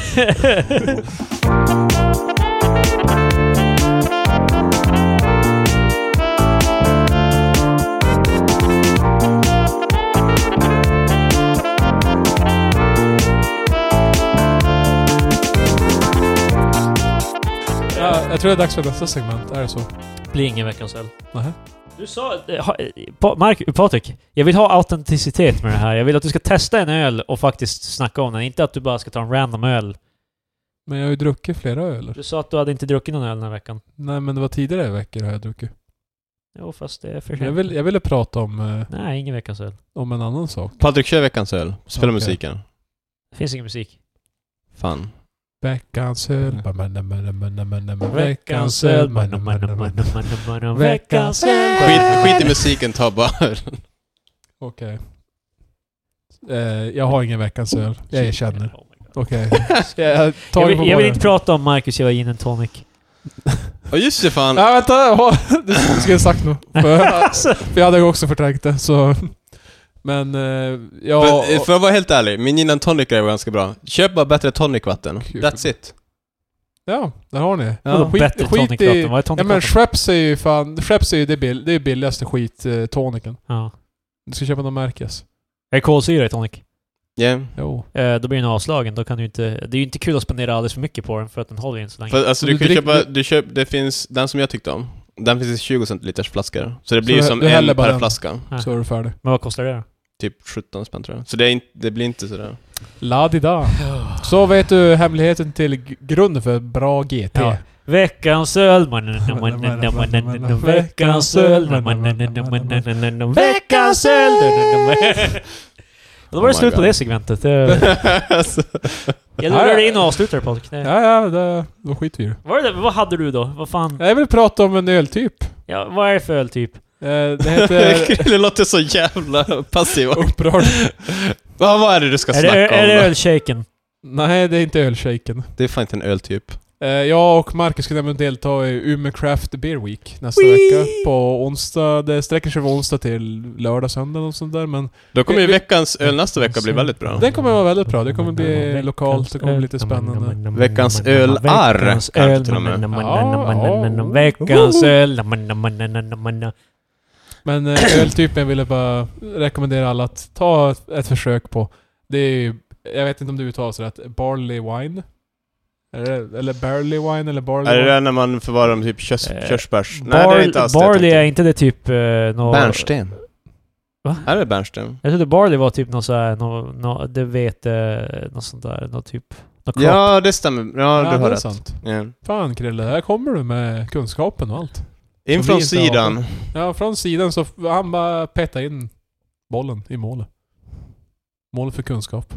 Ja, jag tror det är dags för nästa segment, är det så? Blir ingen veckans öl. Nähä. Du sa... eh, ha- Pa- Mark, Patrik, jag vill ha autenticitet med det här. Jag vill att du ska testa en öl och faktiskt snacka om den. Inte att du bara ska ta en random öl. Men jag har ju druckit flera öl. Du sa att du hade inte druckit någon öl den här veckan. Nej, men det var tidigare veckor har jag druckit. Jo, fast det är för Jag, sent. vill, jag ville prata om, eh, Nej, ingen veckans öl. om en annan sak. Patrik, kör veckans öl. Spela Okej. musiken. Det finns ingen musik. Fan. Veckans öl. Veckans öl. Manna, manna, manna, manna, manna. Veckans öl. Skit, skit i musiken, ta bara ölen. Okej. Eh, jag har ingen veckans öl. Jag erkänner. Oh my God. Okej. Jag, tar Jag vill, på jag vill bara. inte prata om Marcus jävla gin and tonic. Och just det, fan. Ja, vänta! Ja, det skulle jag sagt nog. För, Alltså, för jag hade också förträngt det, så... Men, eh, ja... Men, eh, för att vara helt ärlig, min gin and tonic är ganska bra. Köp bara bättre tonicvatten. Kul. That's it. Ja, där har ni. vadå bättre tonicvatten? Vad är Ja men tonicvatten? Schweppes är ju fan... Schweppes är ju det, bill, det är billigaste skit, eh, toniken. Ja. Du ska köpa någon märkes. Är det kolsyra i tonic? Yeah. Jo. Eh, då blir den avslagen. Då kan du inte... Det är ju inte kul att spendera alldeles för mycket på den för att den håller ju inte så länge. För, alltså Du du kan drick- köpa, du köp, det finns, den som jag tyckte om. Den finns i tjugo centiliters flaskor. Så det blir ju Så som du häller en bara per den. flaska. Ja. Så är du färdig. Men vad kostar det då? Typ sjutton spänn tror jag. Så det, är inte, det blir inte sådär. La-di-da. Så vet du hemligheten till g- grunden för bra G T. Ja. Veckans öl, mannen, mannen, mannen, mannen, veckans öl, mannen, mannen, mannen, veckans öl. Då var det Oh my slut på God. det segmentet. Det- Alltså, Jag lurar dig in och avslutar det, Patrik. Det- Ja, ja, det, då skiter vi i det. Vad, är det, vad hade du då? Vad fan? Jag vill prata om en öltyp. Ja, vad är det för öl typ? Eh, det heter... Krille låter så jävla passiv. Upprörd. Vad vad är det du ska Är det, snacka är om det då? ölshaken? Nej, det är inte ölshaken. Det är fan inte en öltyp. Eh, jag och Marcus ska nämligen delta i Umeå Craft Beer Week nästa Wee! vecka. På onsdag. Det sträcker sig från onsdag till lördag, söndag och sånt där. Men Då kommer ju Vi- veckans öl nästa vecka bli väldigt bra. den kommer vara väldigt bra. Det kommer bli lokalt. Det kommer bli lite spännande. Veckans öl är Veckans kanske öl, till och med. veckans öl. Men eh, öltypen vill jag bara rekommendera alla att ta ett, ett försök på. Det är ju, jag vet inte om du uttalar så rätt, Barley Wine? Är det, eller Barley Wine eller Barley Är det Wine? där när man förvarar dem typ körs, Eh, körsbärs? Nej, det är inte alls det jag Barley tänkte. är inte det typ... Uh, nå, Bärnsten. Va? Är det bärnsten? Jag trodde Barley var typ något såhär, nå, nå, det vet uh, något sånt där, något typ... Något crop. Ja, det stämmer. Ja, Ja, du det har är rätt. sant. Ja. Fan Krille, här kommer du med kunskapen och allt. In Så från vi inte har sidan. Ja, från sidan så f- han bara petade in bollen i målet. Målet för kunskap.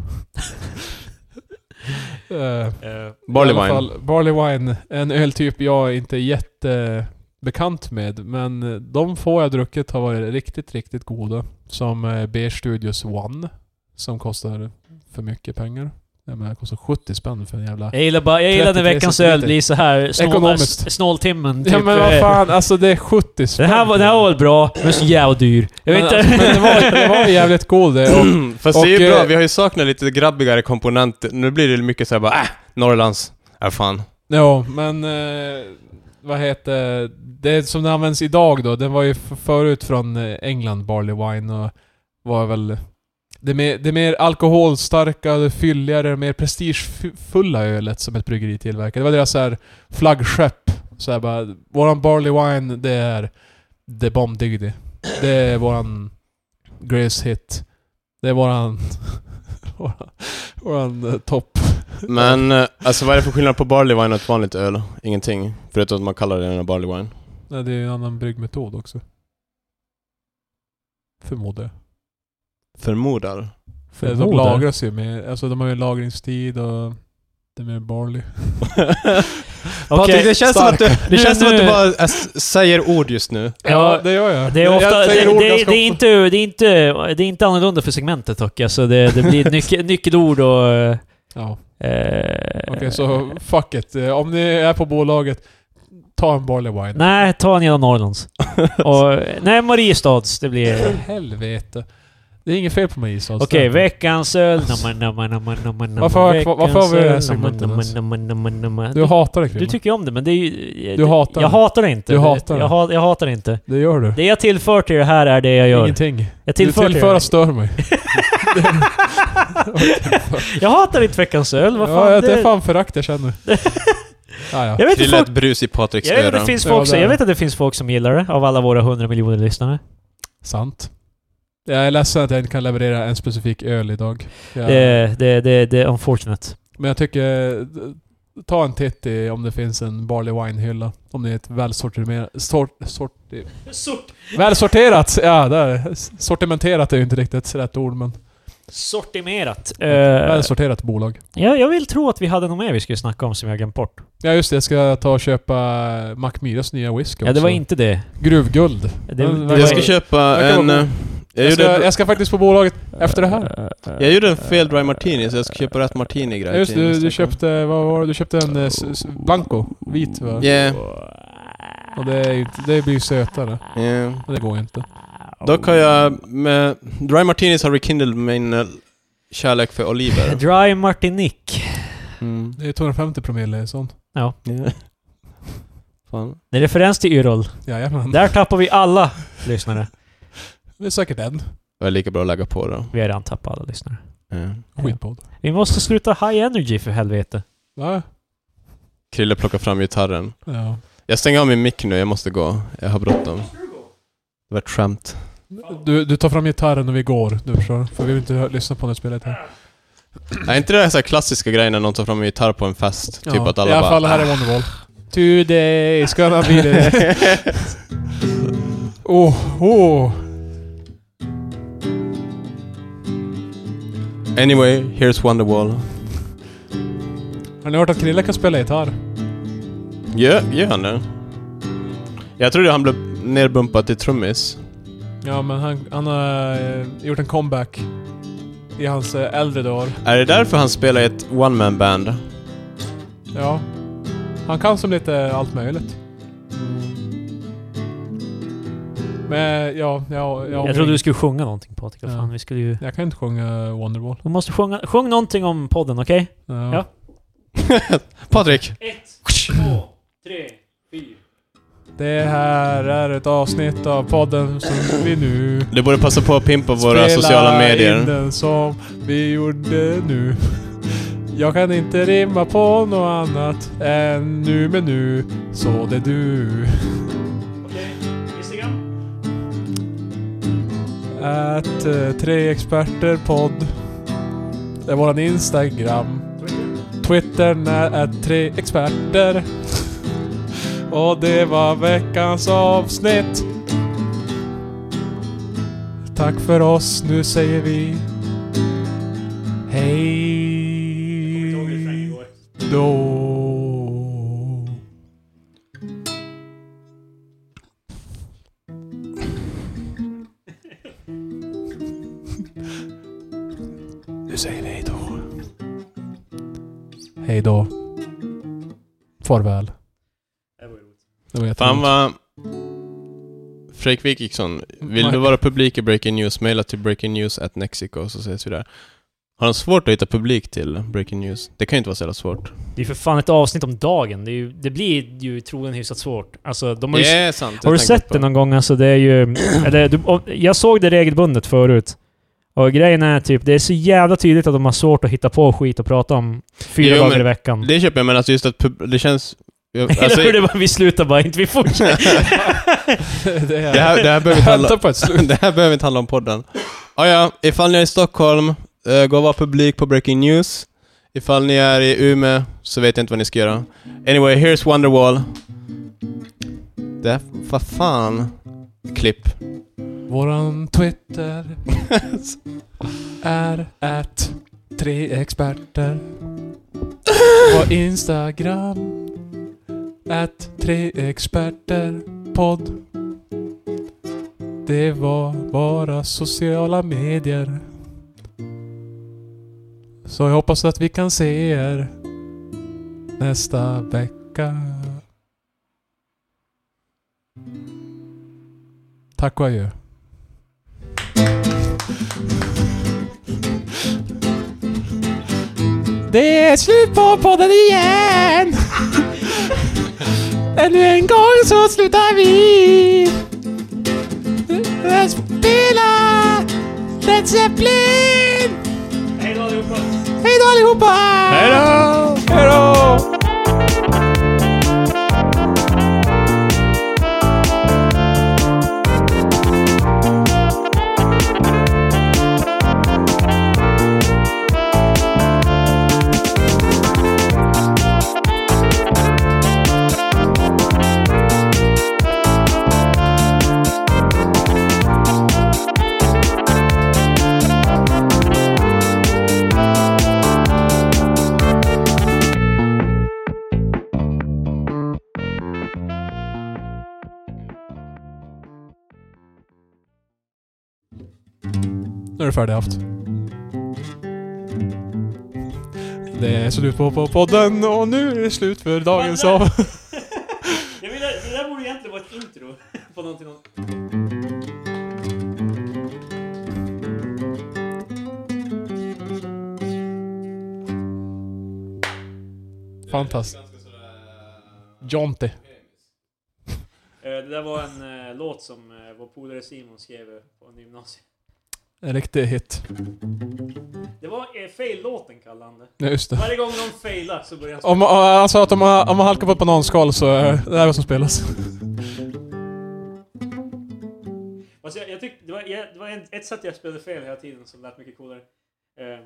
uh, Barley I alla wine. fall, Barley Wine, en öltyp jag inte är jätte bekant med. Men de få jag druckit har varit riktigt, riktigt goda. Som eh, Beer Studios One. Som kostar för mycket pengar. Ja, men det kostar sjuttio spänn för en jävla... Jag gillar, bara, jag gillar när veckans öl blir så här snål, Ekonomiskt. snåltimmen. Typ. Ja men vad fan, alltså det är sjuttio spänn. Den här, var, den här var väl bra, men så jävla dyr. Jag vet men, inte. alltså, men det var, det var jävligt cool det. Och, Fast det är ju och, bra, eh, vi har ju saknat lite grabbigare komponenter. Nu blir det mycket såhär bara, äh, Norrlands. Ja, fan. ja, men... Eh, vad heter... Det som det används idag då, den var ju f- förut från eh, England, Barley Wine, och var väl... Det är mer, det är mer alkoholstarka, det är fylligare, det mer prestigefulla ölet som ett bryggeri tillverkar. Det var deras så här flaggskepp. Så här bara, våran Barley Wine, det är det bombdigdy. Det är våran greatest hit. Det är våran våran, våran uh, topp. Men, eh, alltså vad är det för skillnad på barley wine och ett vanligt öl? Ingenting. Förutom att man kallar det en barley wine. Nej, det är en annan bryggmetod också. Förmodar jag. Förmodar. För de lagras ju med, alltså de har ju lagringstid och det är mer barley. Patrik, det känns som att du, det Nu- känns som att du nu- bara s- säger ord just nu. Ja, det gör jag. Det är, ofta, jag det, säger ord det, ganska det, är ofta. inte, det, är inte, det är inte annorlunda för segmentet dock. Alltså det, det blir nyc- nyckelord och... Ja. Eh, Okej, så fuck it. Eh, Om ni är på bolaget, ta en barley wine. Nej, ta en genom Norrlands. och, nej, Mariestads. Det blir... För helvete. Det är inget fel på mig, så. Okej, veckans öl. Namma, namma, namma, namma, namma, Varför har- veckans varför har vi det här öl. segmentet Namma, ens? namma, namma, namma. Du hatar det, Du Krille. tycker ju om det, men det är ju... Du hatar Jag det. hatar det inte. Du hatar jag, det. ha, jag hatar det inte. Det gör du. Det jag tillför till det här är det jag gör. Ingenting. Jag Du tillför till tillför det. att stör mig. Jag hatar inte veckans öl. Vad fan? Ja, det är det... fan förakt jag känner. Ja, ja. Jag vet inte Krille folk... ett brus i Patriks Jag vet, att det öra. finns Ja, folk som, det är- jag vet att det finns folk som gillar det, av alla våra hundra miljoner lyssnare. Sant. Jag är ledsen att jag inte kan leverera en specifik öl idag. Jag, Det, det, det, det är unfortunate. Men jag tycker... Ta en titt i om det finns en Barley Wine-hylla. Om det är ett välsortimerat... Sort, sorti, Sort. välsorterat! Ja, där. Sortimenterat är ju inte riktigt rätt ord, men... Sortimerat. Uh, Välsorterat bolag. ja, jag vill tro att vi hade något mer vi skulle snacka om som jag glömt bort. Ja just det, jag ska ta och köpa Macmyras nya whisky Ja, det också. var inte det. Gruvguld. Det- Den- det Jag var- ska köpa verkar en... vara eh, god. Jag Jag ska, gjorde, jag ska faktiskt på bolaget efter det här. jag gjorde en fel dry martini, så jag ska köpa rätt martini-grej. Ja, just till det, du, nästa du vecka. köpte... Vad var det? Du köpte en eh, s- s- Blanco. Vit va? Yeah. Och det, är, ju inte- det blir ju sötare. Yeah. Men det går ju inte. Dock har jag med... Dry martinis har rekindled min eh, kärlek för oliver. Dry Martinique. Mm. Det är tvåhundrafemtio promille sånt. Ja. Yeah. Fan. Det är referens till Yrrol. Jajamän. Där tappar vi alla lyssnare. Det är säkert en. Det är lika bra att lägga på då. Vi har redan tappat alla lyssnare. Ja. Skitpodd. Vi måste sluta high energy för helvete. Va? Krille plockar fram gitarren. Ja. Jag stänger av min mick nu, jag måste gå. Jag har bråttom. Det var ett skämt. Du, du tar fram gitarren och vi går, du förstår. För vi vill inte hö- lyssna på det spelet här. Är inte det där så här klassiska grejen när någon tar fram en gitarr på en fest? Typ Ja. att alla I alla bara... fall, det här är Wonderwall. Today is gonna be the... oh, oh. Anyway, here's Wonderwall. Har ni hört att Krille kan spela gitarr? Gör, gör han det? Jag trodde han blev nerbumpad till trummis. Ja, men han, han har eh, gjort en comeback i hans eh, äldre dagar. Är det därför han spelar i ett one-man-band? Ja. Han kan som lite allt möjligt. Men ja, ja, ja Jag trodde du skulle sjunga någonting, Patrik. Vad Ja. fan, vi skulle ju... Jag kan inte sjunga Wonderwall. Du måste sjunga... Sjung någonting om podden, okej? Ja. Ja. Patrik! Ett, två, tre, fyra. Det här är ett avsnitt av podden som vi nu Du borde passa på att pimpa våra spelar sociala in medier. den som vi gjorde nu. Jag kan inte rimma på något annat än nu med nu, så det är du. Okej, Instagram. Att eh, tre experter podd. Det är våran Instagram. Twittern är att tre experter. Och det var veckans avsnitt. Tack för oss, nu säger vi hej då. säger vi hej då. Hej då. Farväl. Det var Fan vad... Fredrik Wikingsson, vill du vara publik i Breaking News? Maila till breakingnews at nexico så ses vi där. Har de svårt att hitta publik till Breaking News? Det kan ju inte vara så svårt. Det är för fan ett avsnitt om dagen. Det, är ju, det blir ju troligen hyfsat svårt. Alltså, de har ju, det är sant. har du sett det någon gång? Alltså, det är ju... eller, du, jag såg det regelbundet förut. Och grejen är typ, det är så jävla tydligt att de har svårt att hitta på skit och prata om fyra jo, dagar i veckan. Det köper jag, men alltså just att pub- det känns... Alltså, det bara, vi slutar bara inte, vi fortsätter. det, här, det, här det, här behöver inte handla, på ett det här behöver inte handla om podden. Ah, ja, ifall ni är i Stockholm, uh, gå och vara publik på Breaking News. Ifall ni är i Umeå så vet jag inte vad ni ska göra. Anyway, here's Wonderwall. Det är, vad fan? Klipp. Våran Twitter är at tre experter. Vår Instagram at tre experter podd. Det var bara sociala medier. Så jag hoppas att vi kan se er nästa vecka. Tack och adjö. Det är slut på podden igen. Ännu en gång så slutar vi spela Led Zeppelin. Hej då allihopa. Hej då allihopa. Hej då. Hej då. Nu är det färdigt haft. Det är slut på, på podden och nu är det slut för dagens av. Jag vill, det där borde egentligen vara ett intro på någonting. Fantastiskt. Jonte. Det där var en uh, låt som uh, vår polare Simon skrev på en gymnasiet. En riktig hit. Det var eh, fail-låten kallade han det. Ja, just det. Varje gång någon failar så börjar han Om, han sa att om man, om man halkar på ett bananskal så är det här vad som spelas. Alltså, jag, jag tyckte det var, jag, det var en, ett sätt jag spelade fel hela tiden som lät mycket coolare. Eh.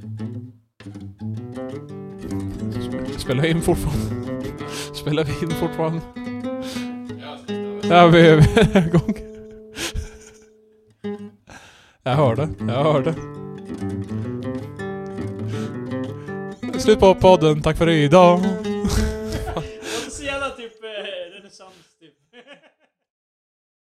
Spelar vi in fortfarande? Spelar vi in fortfarande? Ja, vi är igång. Jag hörde, jag hörde. Slut på podden, tack för idag. Det var så jävla typ eh, renässans typ.